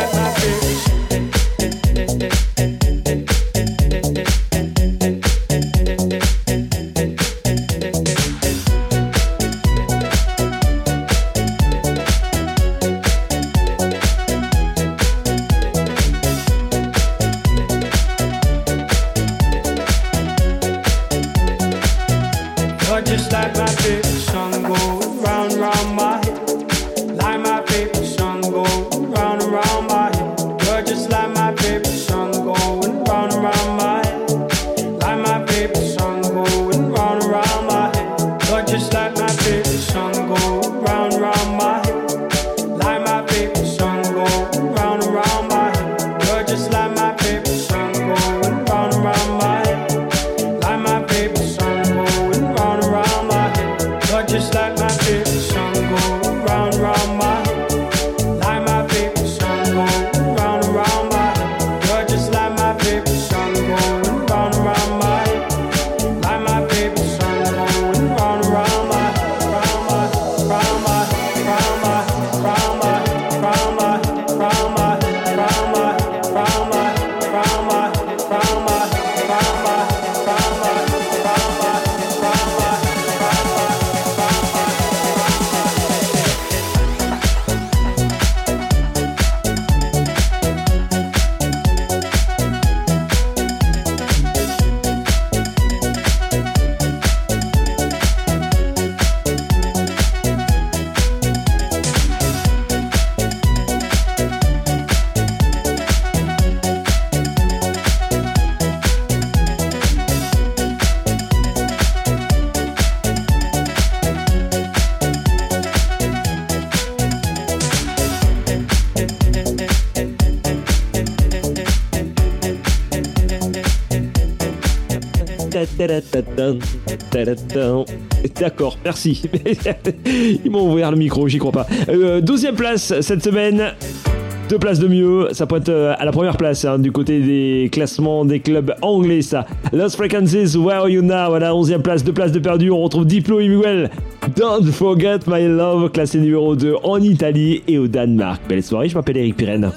D'accord, merci. Ils m'ont ouvert le micro, j'y crois pas. 12e place cette semaine. 2 places de mieux, ça pointe à la première place du côté des classements des clubs anglais, ça. Lost Frequencies, Where Are You Now, à la 11e place, 2 places de perdu. On retrouve Diplo et Miguel, Don't Forget My Love, classé numéro 2 en Italie et au Danemark. Belle soirée, je m'appelle Eric Pirenne.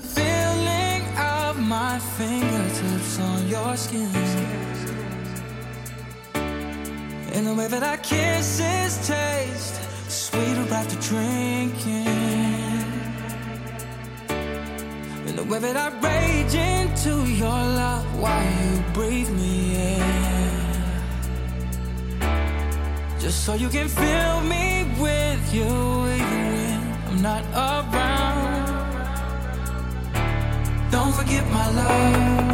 In the way that our kisses taste sweeter after drinking. In the way that I rage into your love while you breathe me in. Just so you can fill me with you even when I'm not around. Don't forget my love.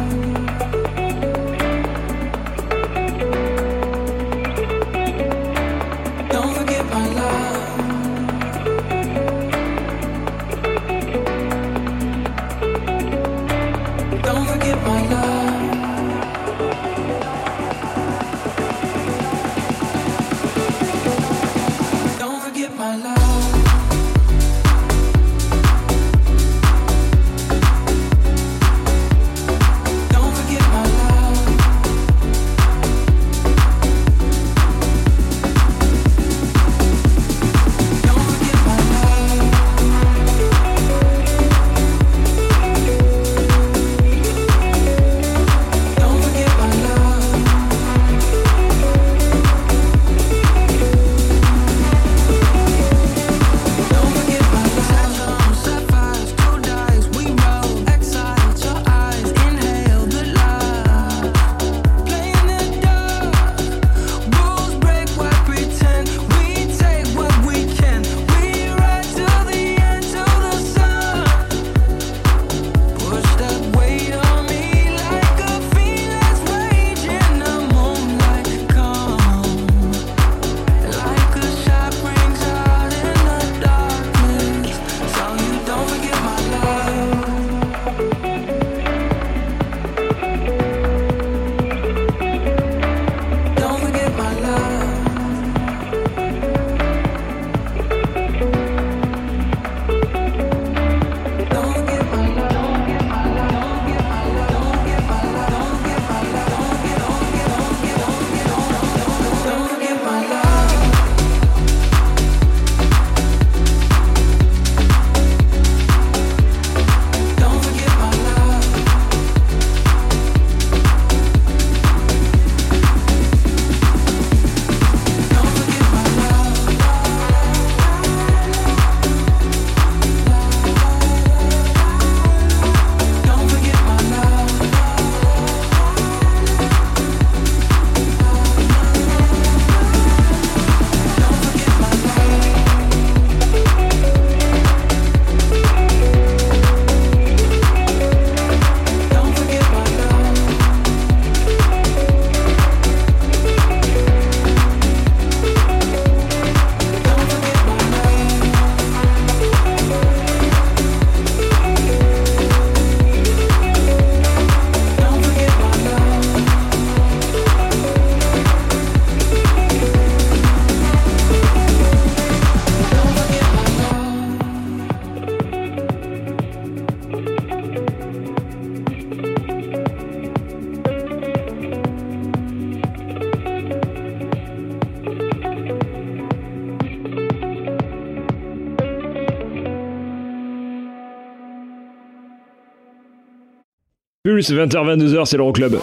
Plus 20h-22h, c'est l'Euroclub.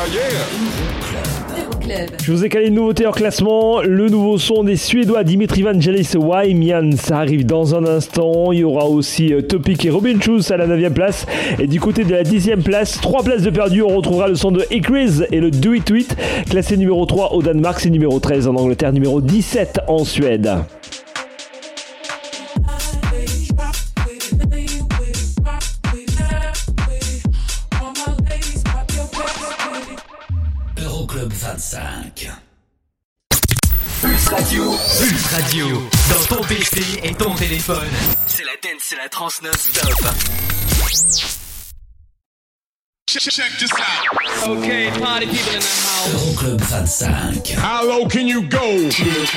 Je vous ai calé une nouveauté en classement, le nouveau son des Suédois Dimitri Vangelis et Wymian, ça arrive dans un instant. Il y aura aussi Topic et Robin Schulz à la 9e place. Et du côté de la 10e place, 3 places de perdu, on retrouvera le son de Icris et le Do It To It, classé numéro 3 au Danemark, c'est numéro 13 en Angleterre, numéro 17 en Suède. Euroclub 25. Pulse Radio. Pulse Radio. Dans ton PC et ton téléphone. C'est la dance, c'est la trance non-stop. Check this out. Okay, party people in the house. Euroclub 25. How low can you go?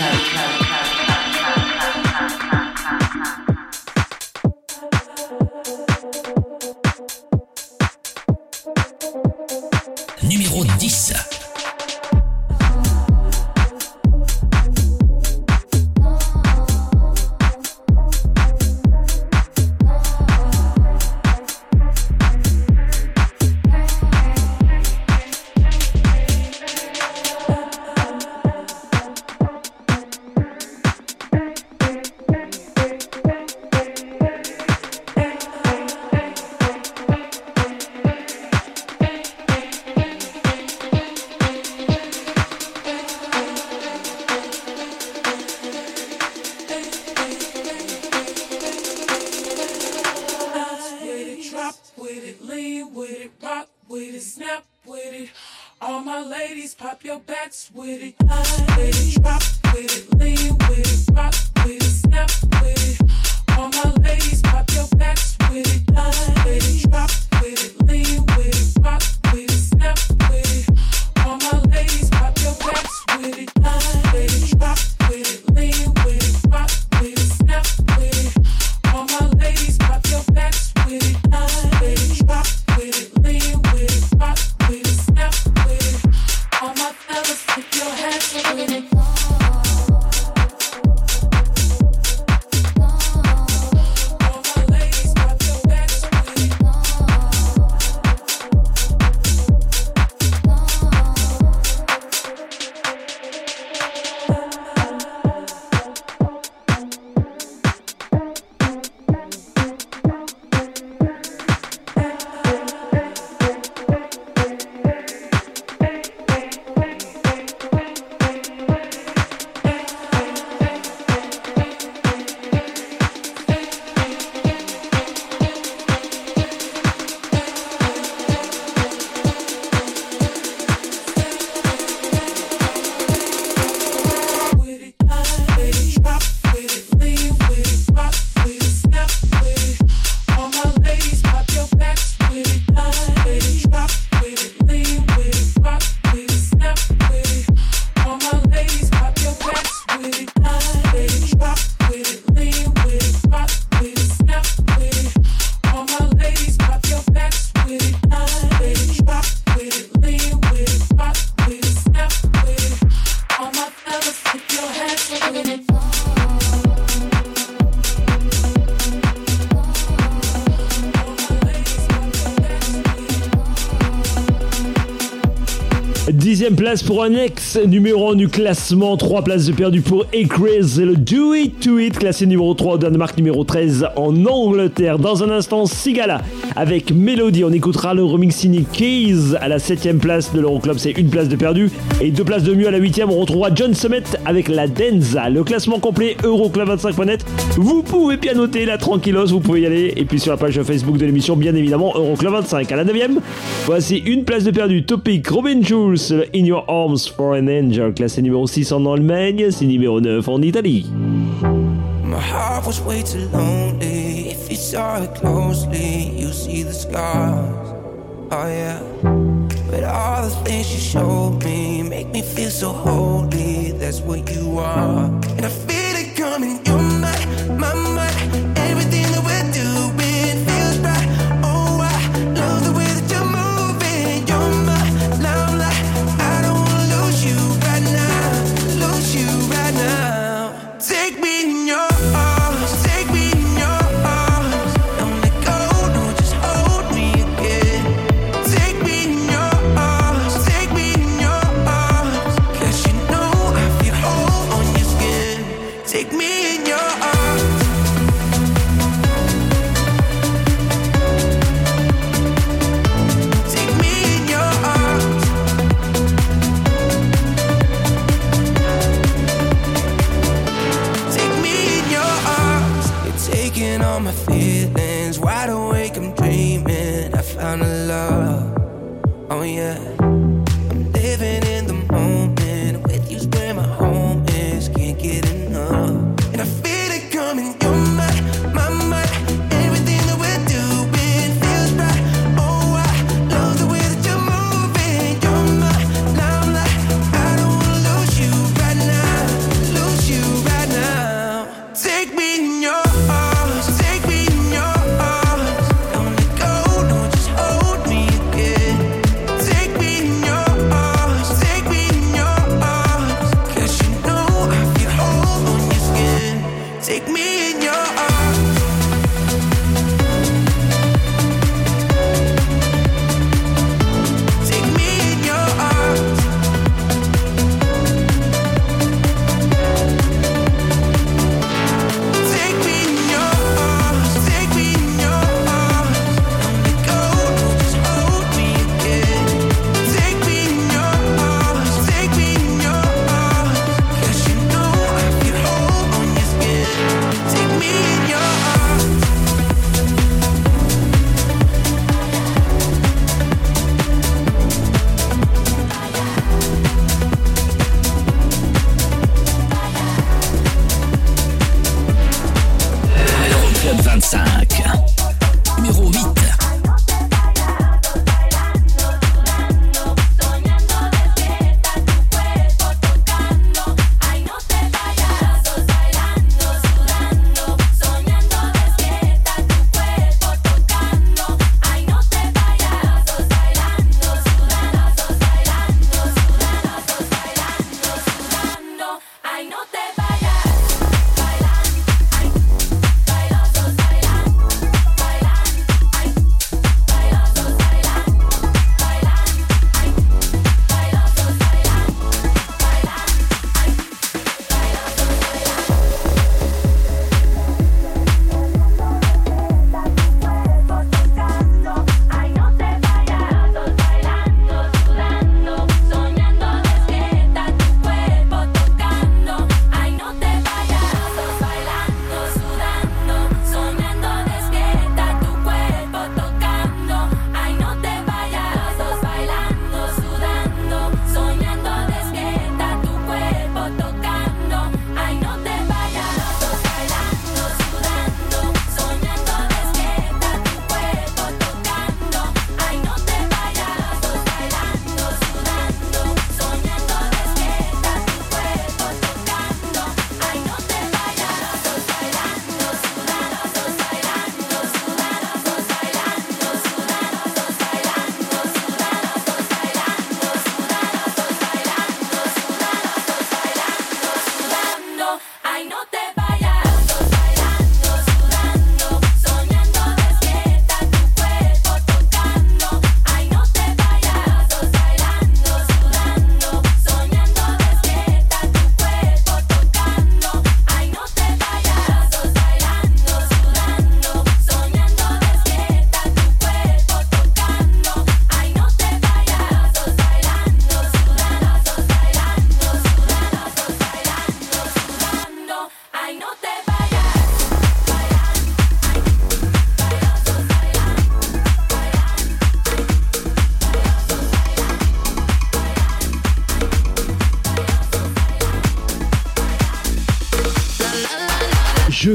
Numéro 10. Dixième place pour un ex numéro 1 du classement, 3 places de perdu pour Acraze et le Do It To It, classé numéro 3 au Danemark, numéro 13 en Angleterre. Dans un instant, Sigala avec Melody, on écoutera le remix signé Keys à la 7ème place de l'Euroclub, c'est une place de perdu et 2 places de mieux à la 8ème. On retrouvera John Summit avec la Denza. Le classement complet Euroclub25.net, vous pouvez pianoter la tranquillos, vous pouvez y aller, et puis sur la page Facebook de l'émission, bien évidemment, Euroclub 25. À la 9ème, voici une place de perdu, Topic, Robin Schulz, In Your Arms for an Angel, classé numéro 6 en Allemagne, c'est numéro 9 en Italie. My heart was way too lonely. If you saw it closely, you see the scars. Oh yeah. But all the things you showed me make me feel so holy. That's what you are. And I feel it coming. You're my mind. Everything that we're doing feels right. Oh, I love the way that you're moving. You're my limelight. I don't wanna lose you right now. Lose you right now. Take me in your arms. Take me in your arms. Don't let go. No, just hold me again. Take me in your arms. Take me in your arms. 'Cause you know I feel whole on your skin.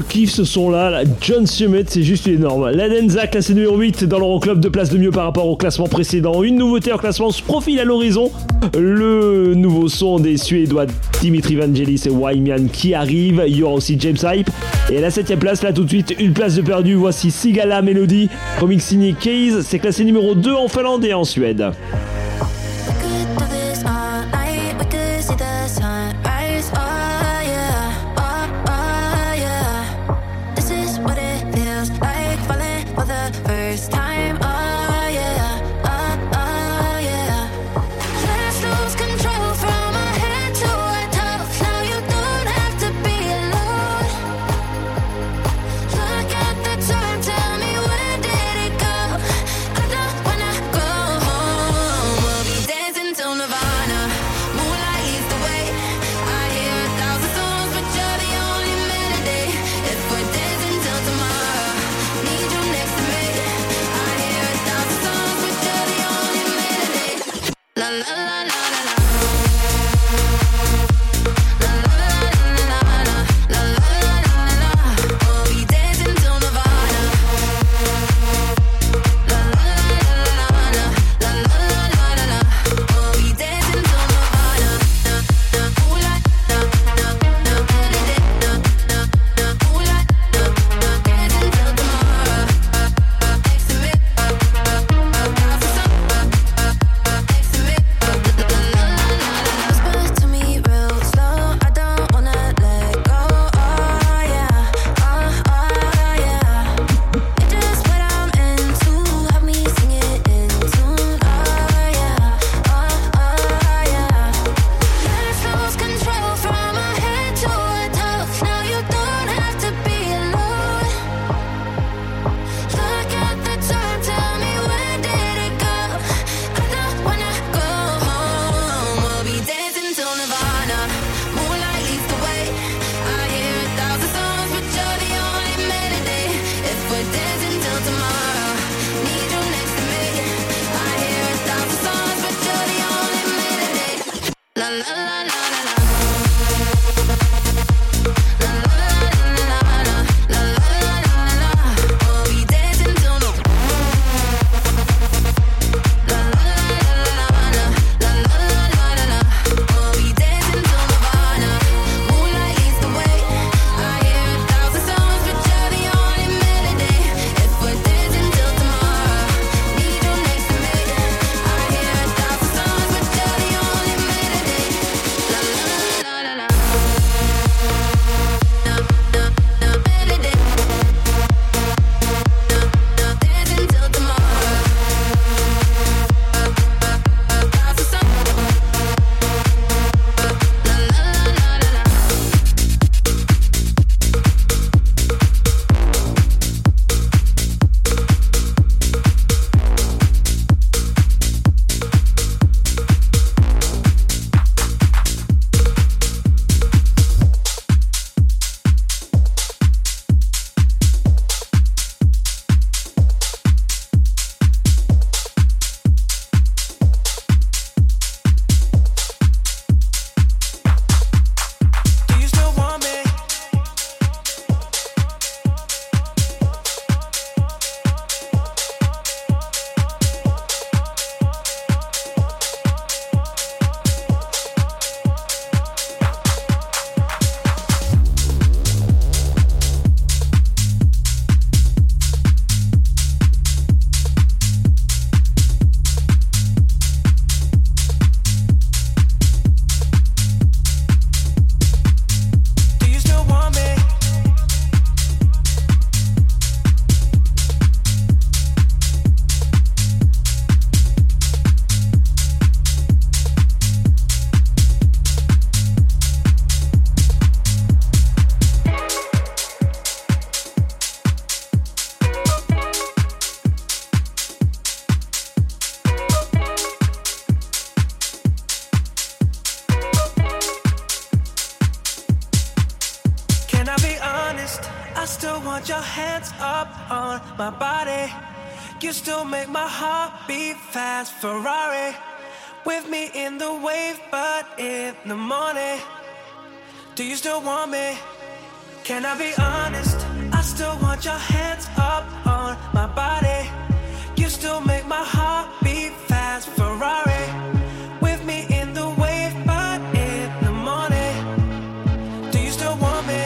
kiffe ce son-là, là. John Summit, c'est juste énorme. La Denza, classé numéro 8 dans l'Euroclub, 2 places de mieux par rapport au classement précédent. Une nouveauté en classement se profile à l'horizon. Le nouveau son des Suédois Dimitri Vangelis et Wyman qui arrive. Il y aura aussi James Hype. Et à la 7ème place, là tout de suite, une place de perdu. Voici Sigala Melody, remix signé Case. C'est classé numéro 2 en Finlande et en Suède. I still want your hands up on my body. You still make my heart beat fast. Ferrari with me in the wave, but in the morning. Do you still want me? Can I be honest? still want your hands up on my body. You still make my heart beat fast. Ferrari with me in the wave, but in the morning. Do you still want me?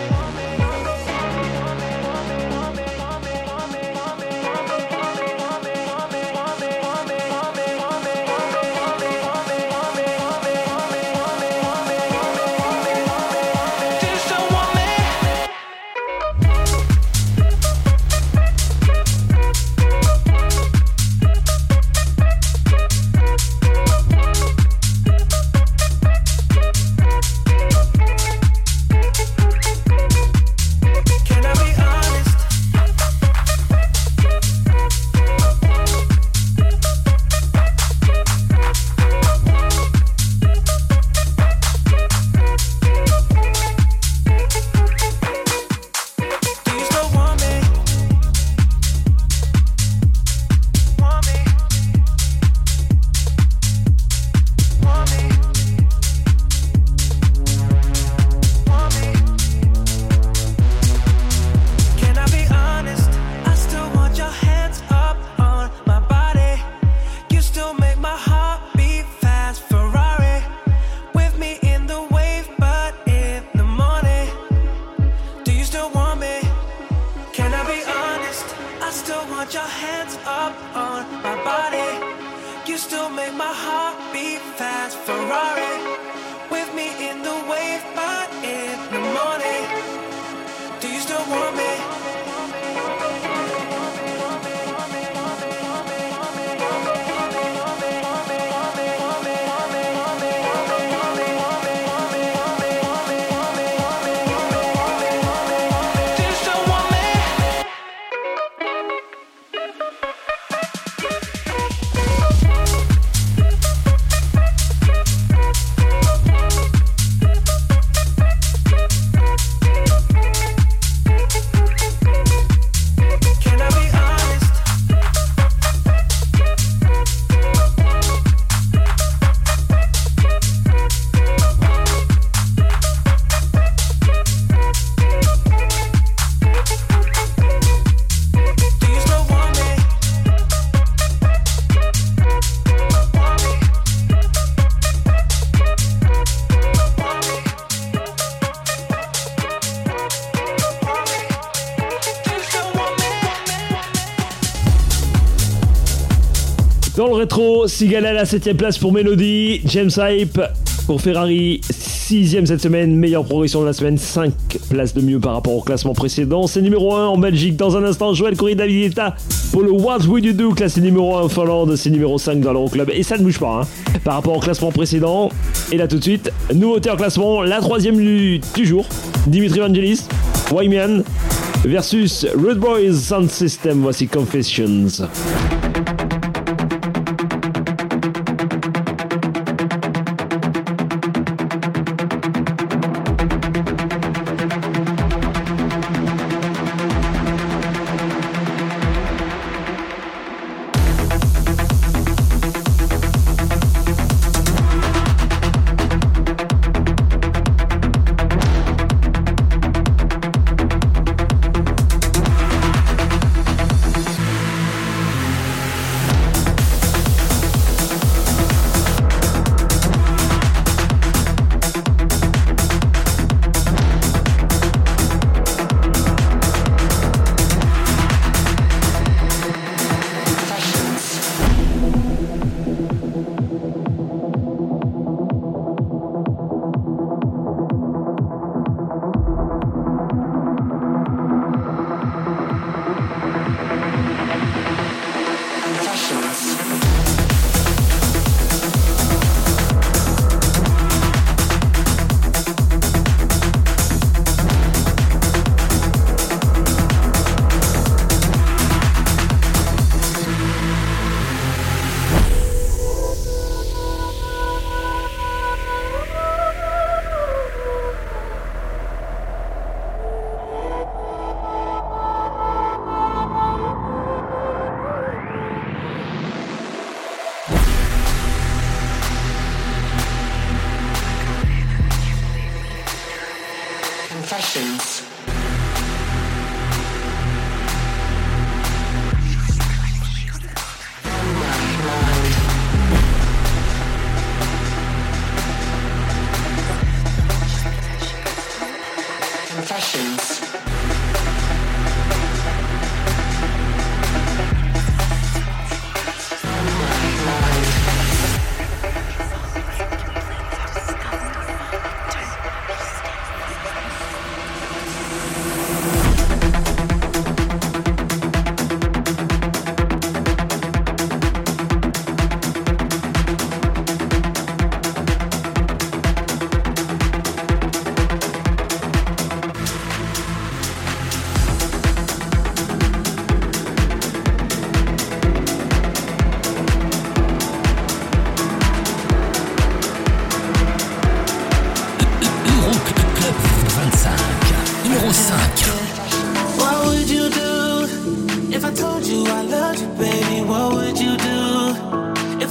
Dans le rétro, Sigala à la 7ème place pour Melody, James Hype pour Ferrari, 6ème cette semaine, meilleure progression de la semaine, 5 places de mieux par rapport au classement précédent. C'est numéro 1 en Belgique. Dans un instant, Joël Corridavieta pour le What Would You Do, classé numéro 1 en Finlande, c'est numéro 5 dans l'Euroclub. Et ça ne bouge pas par rapport au classement précédent. Et là tout de suite, nouveauté en classement, la 3ème du jour, Dimitri Vangelis, Wyman versus Rude Boys Sound System. Voici Confessions.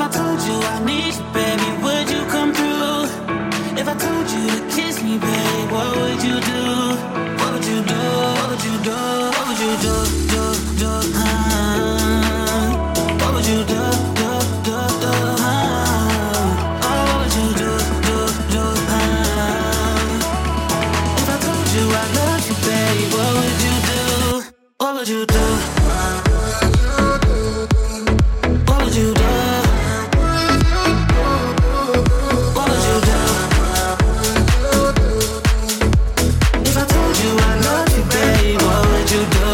I told you I need you, baby, would you come through? If I told you to kiss me, babe, what would you do? What would you do? What would you do? What would you do? What would you do? If I told you I love you, babe, what would you do? What would you do? What would you do? What would you do? If I told you I love you, babe, what would you do?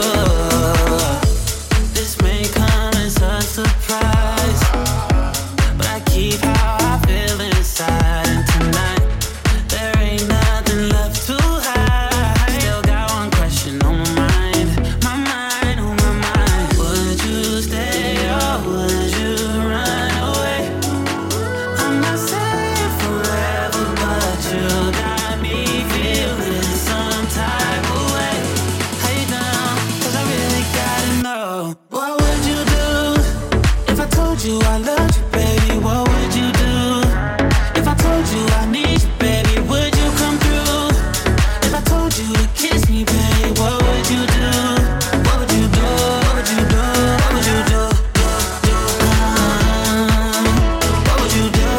This may come as a surprise, but I keep how I feel inside. And tonight, there ain't nothing left to hide. Still got one question on my mind, on my mind. Would you stay or would you run away? I'm not saying forever, but you got me feeling some type of way. How you down? 'Cause I really gotta know. What would you do if I told you I loved you, baby? What would you do? If I told you I need you, baby, would you come through? If I told you to kiss me, baby, what would you do? What would you do? What would you do? What would you do? What would you do?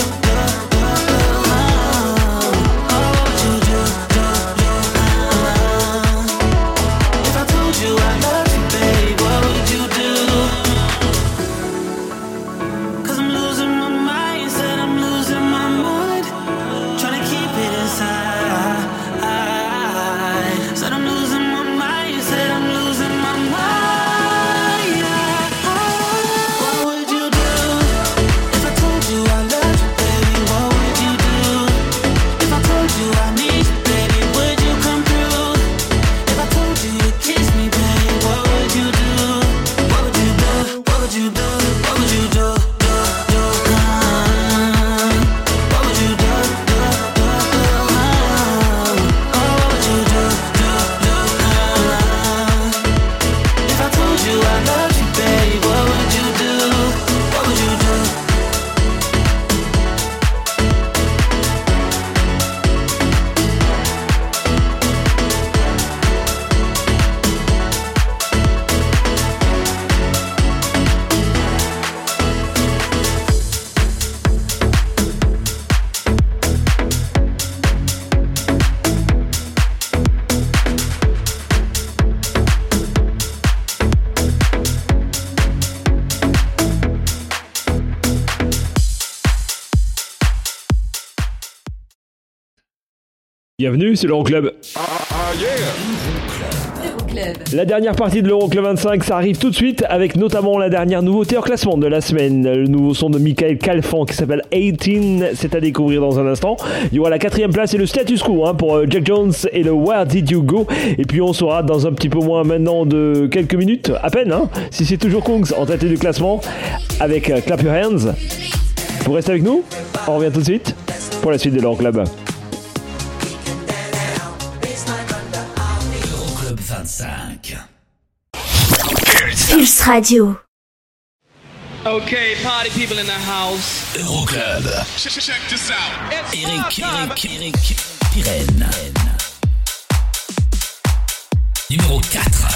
If I told you I loved you, babe, what would you do? 'Cause I'm losing my mind, said I'm losing my mind, trying to keep it inside. Said I'm losing my mind, said I'm losing my mind. What would you do if I told you I loved you, baby? What would you do if I told you I need you, baby? Would you come through? If I told you to kiss me, baby, what would you do? What would you do? What would you do? What would you do? What would you do? If I told you I loved you, baby, what would you do? What would you do? Bienvenue, c'est l'Euroclub. La dernière partie de l'Euroclub 25, ça arrive tout de suite avec notamment la dernière nouveauté hors classement de la semaine. Le nouveau son de Michael Calfan qui s'appelle 18, c'est à découvrir dans un instant. Il y aura la 4ème place et le status quo pour Jack Jones et le Where Did You Go. Et puis on saura dans un petit peu moins maintenant de quelques minutes, à peine, si c'est toujours Kungs en tête du classement avec Clap Your Hands. Vous restez avec nous, on revient tout de suite pour la suite de l'Euroclub. 25. Pulse Radio. Okay, party people in the house. Euroclub. Check this out. Eric Pirenne. Numéro 4.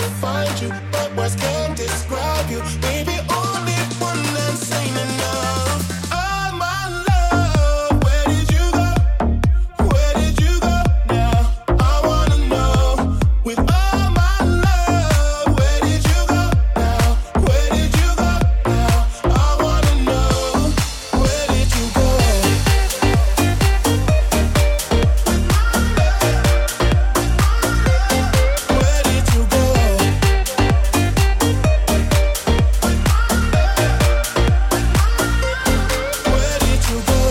find you, but words can't describe you. Baby, only one that's ain't enough. Oh my love, where did you go? Where did you go now? I wanna know. With all my love, where did you go now? Where did you go now? I wanna know. Where did you go? Where did you go? Where did you go?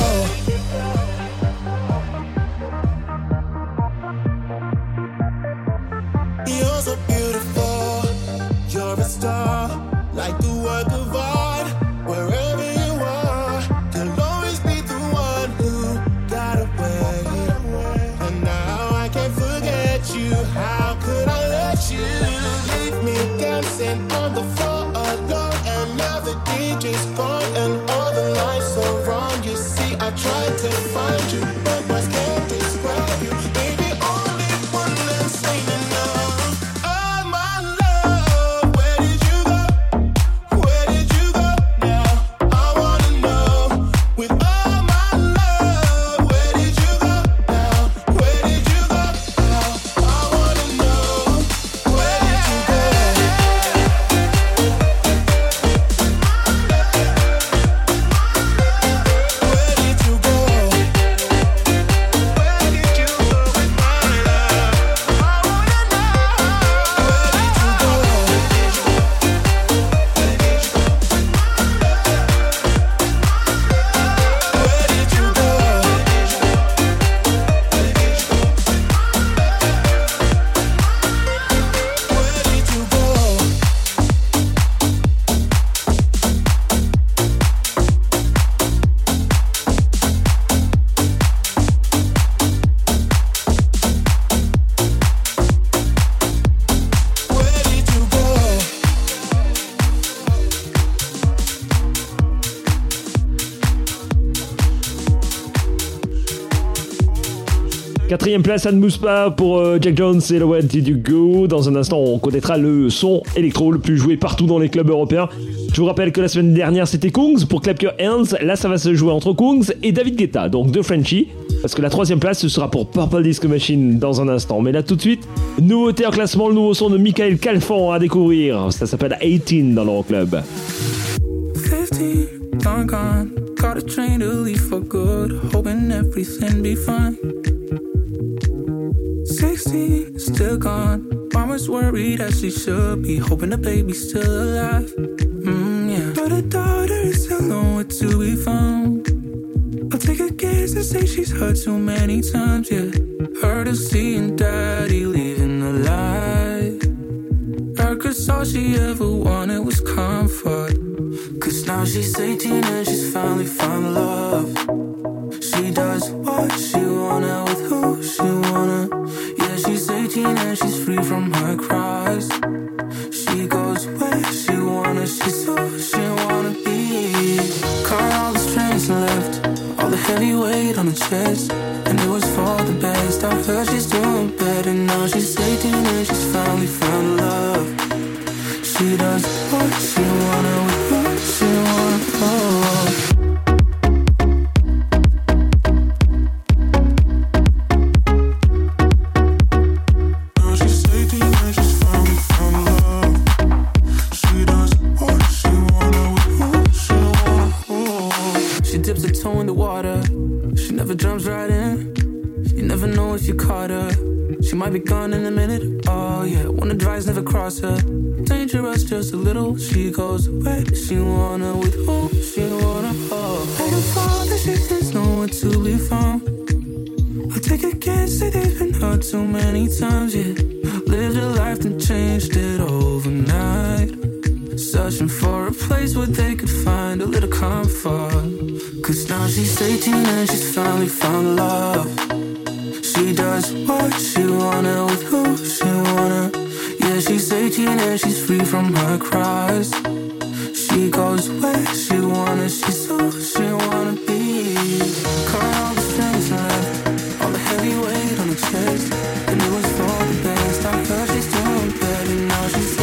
You're so beautiful, you're a star, like the work of art. Wherever you are, you'll always be the one who got away. And now I can't forget you. How could I let you leave me dancing on the floor alone? And now the DJ's gone and all the lights are wrong. You see, I tried to find you, but words can't describe you. Baby, only one that's ain't enough. Oh my love, where did you go? Where did you go now? I wanna know. With all my love, where did you go now? Where did you go now? I wanna know. Where did you go? Where did you go? Where did you go with my love? I wanna know. Where did you go? Where did you go? Where did you go? Where did you go? Quatrième place, ça ne bouge pas pour Jack Jones et Where Did You Go. Dans un instant, on connaîtra le son électro le plus joué partout dans les clubs européens. Je vous rappelle que la semaine dernière, c'était Kungs pour Clap Your Hands. Là, ça va se jouer entre Kungs et David Guetta, donc deux Frenchies. Parce que la troisième place, ce sera pour Purple Disco Machine dans un instant. Mais là, tout de suite, nouveauté en classement, le nouveau son de Michael Calfan à découvrir. Ça s'appelle 18 dans l'Euroclub. 15, long gone. Caught a train to leave for good, hoping everything be fine. 16, still gone. Mama's worried as she should be, hoping the baby's still alive. Yeah. But her daughter is still nowhere to be found. I'll take a guess and say she's heard too many times, yeah. Heard her seeing daddy leaving alive. Heard 'cause all she ever wanted was comfort. 'Cause now she's 18 and she's finally found love. She does what she wanna with who she wanna. Yeah, she's 18 and she's free from her cries. She goes where she wanna, she's who she wanna be. Cut all the strings and left all the heavy weight on her chest. And it was for the best. I heard she's doing better now. She's 18 and she's finally found love. She does what she wanna with who she wanna. Oh. She might be gone in a minute, oh yeah. One advice, never cross her. Dangerous just a little. She goes where she wanna with who she wanna. Oh, like a father, there's nowhere to be found. I'll take a guess, say they've been hurt too many times, yeah. Lived a life and changed it overnight. Searching for a place where they could find a little comfort. 'Cause now she's 18 and she's finally found love. She does what she wanna with who she wanna. Yeah, she's 18 and she's free from her cries. She goes where she wanna, she's who she wanna be. Cut all the strings left, all the heavy weight on her chest. And it was for the best. I heard she's doing better now. She's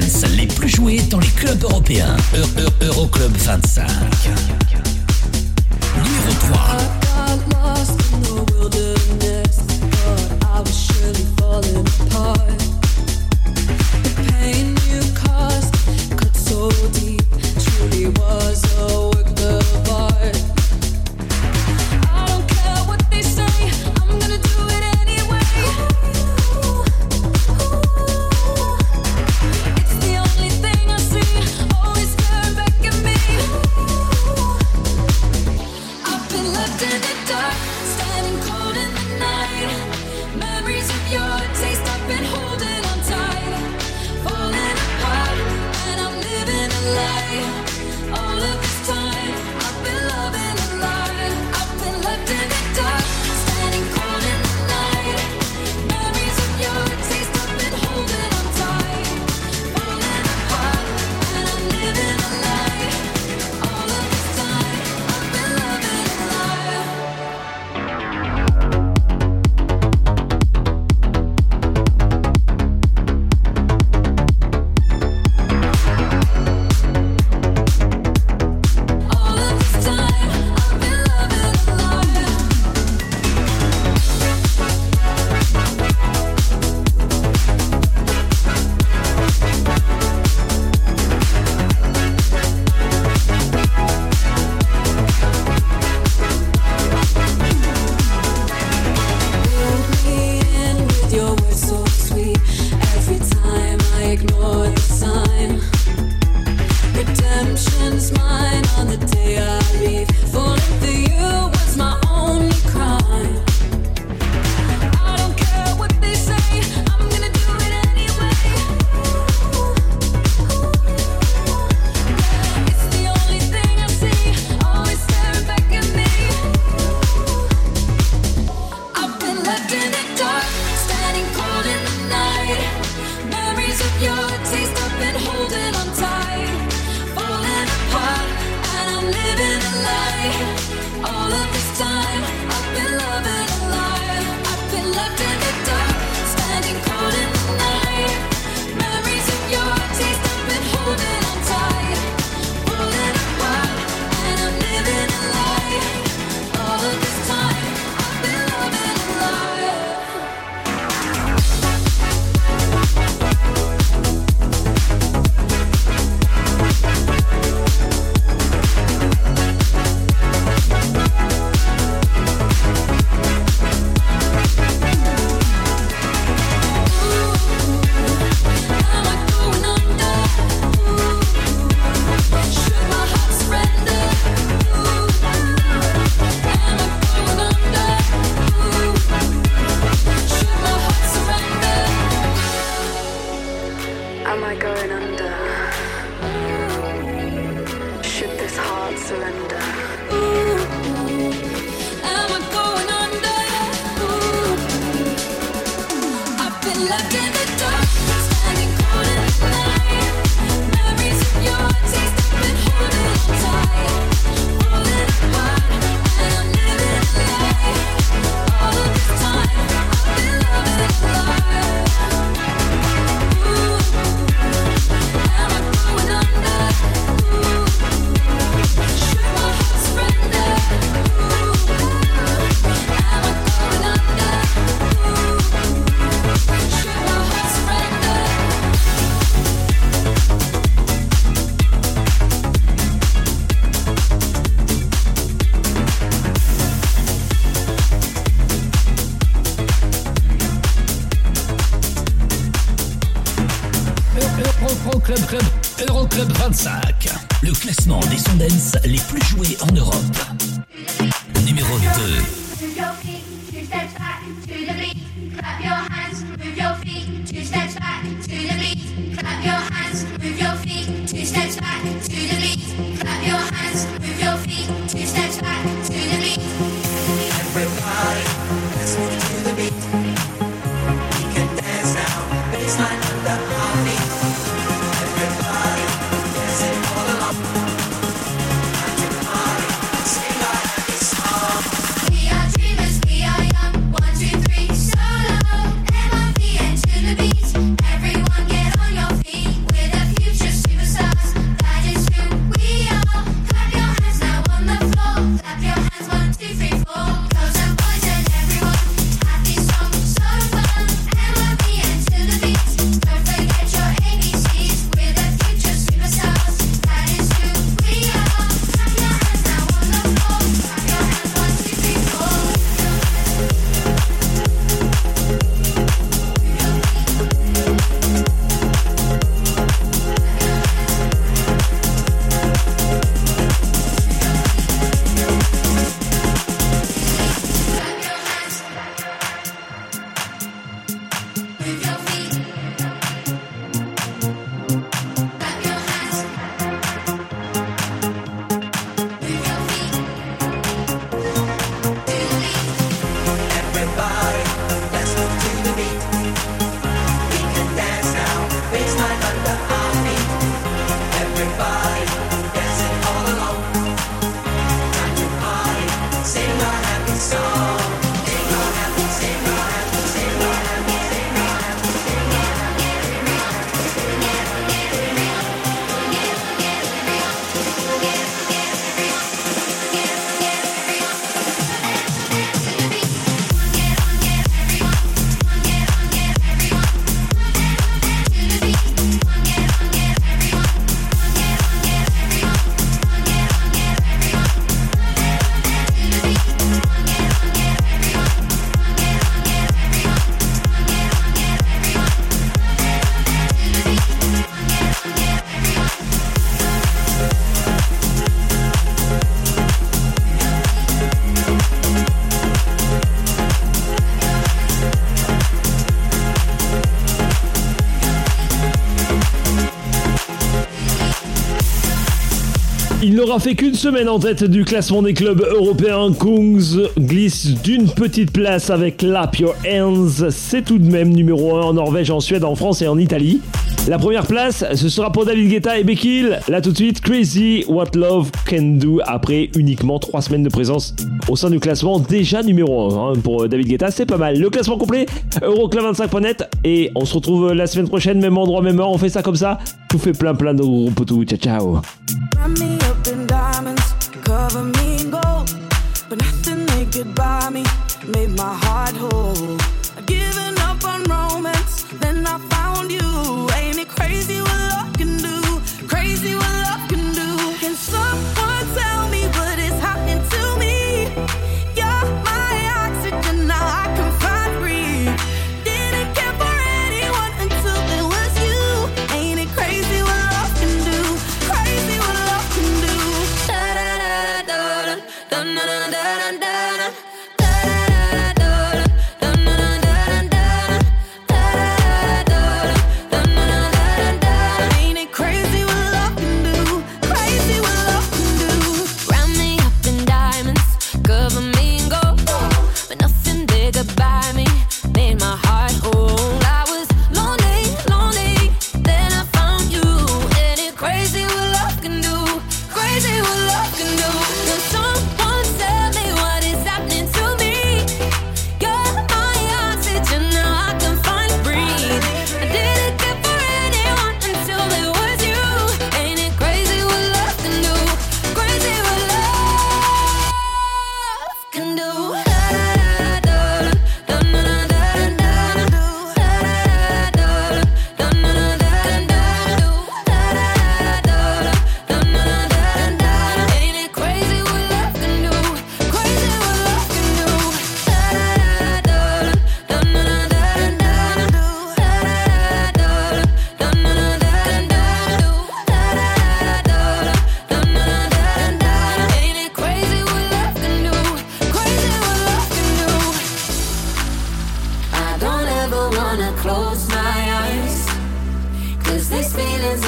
dance les plus joués dans les clubs européens. Euroclub 25. Numéro 3. Euroclub 25, le classement des sons dance les plus joués en Europe. Numéro 2. Move your feet, 2 steps back to the beat. Clap your hands, move your feet, 2 steps back to the beat. Clap your hands, move your feet, 2 steps back to the beat. Clap your hands, move your feet, 2 steps back to the beat. Everybody, let's move to the beat. We can dance now, baseline under our feet. Everybody, dancing all along. Time to party, sing our happy song. We are Il n'aura fait qu'une semaine en tête du classement des clubs européens. Kungs glisse d'une petite place avec Clap Your Hands. C'est tout de même numéro 1 en Norvège, en Suède, en France et en Italie. La première place, ce sera pour David Guetta et Becky Hill. Là tout de suite, Crazy What Love Can Do, après uniquement 3 semaines de présence au sein du classement, déjà numéro 1 pour David Guetta, c'est pas mal. Le classement complet, Euroclub25.net, et on se retrouve la semaine prochaine, même endroit, même heure, on fait ça comme ça. Je vous fais plein de gros poutous, ciao ciao. Wrap me up in diamonds, cover me in gold, but nothing they could buy me made my heart whole. I'd given up on romance, then I found you. Ain't it crazy what love can do? Crazy what love can do. Can someone tell me what is happening to me? You're my oxygen, now I can find breathe. Didn't care for anyone until it was you. Ain't it crazy what love can do? Crazy what love can do. Da da da da da da da da da da.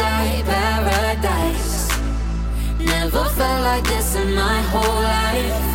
Never felt like this in my whole life.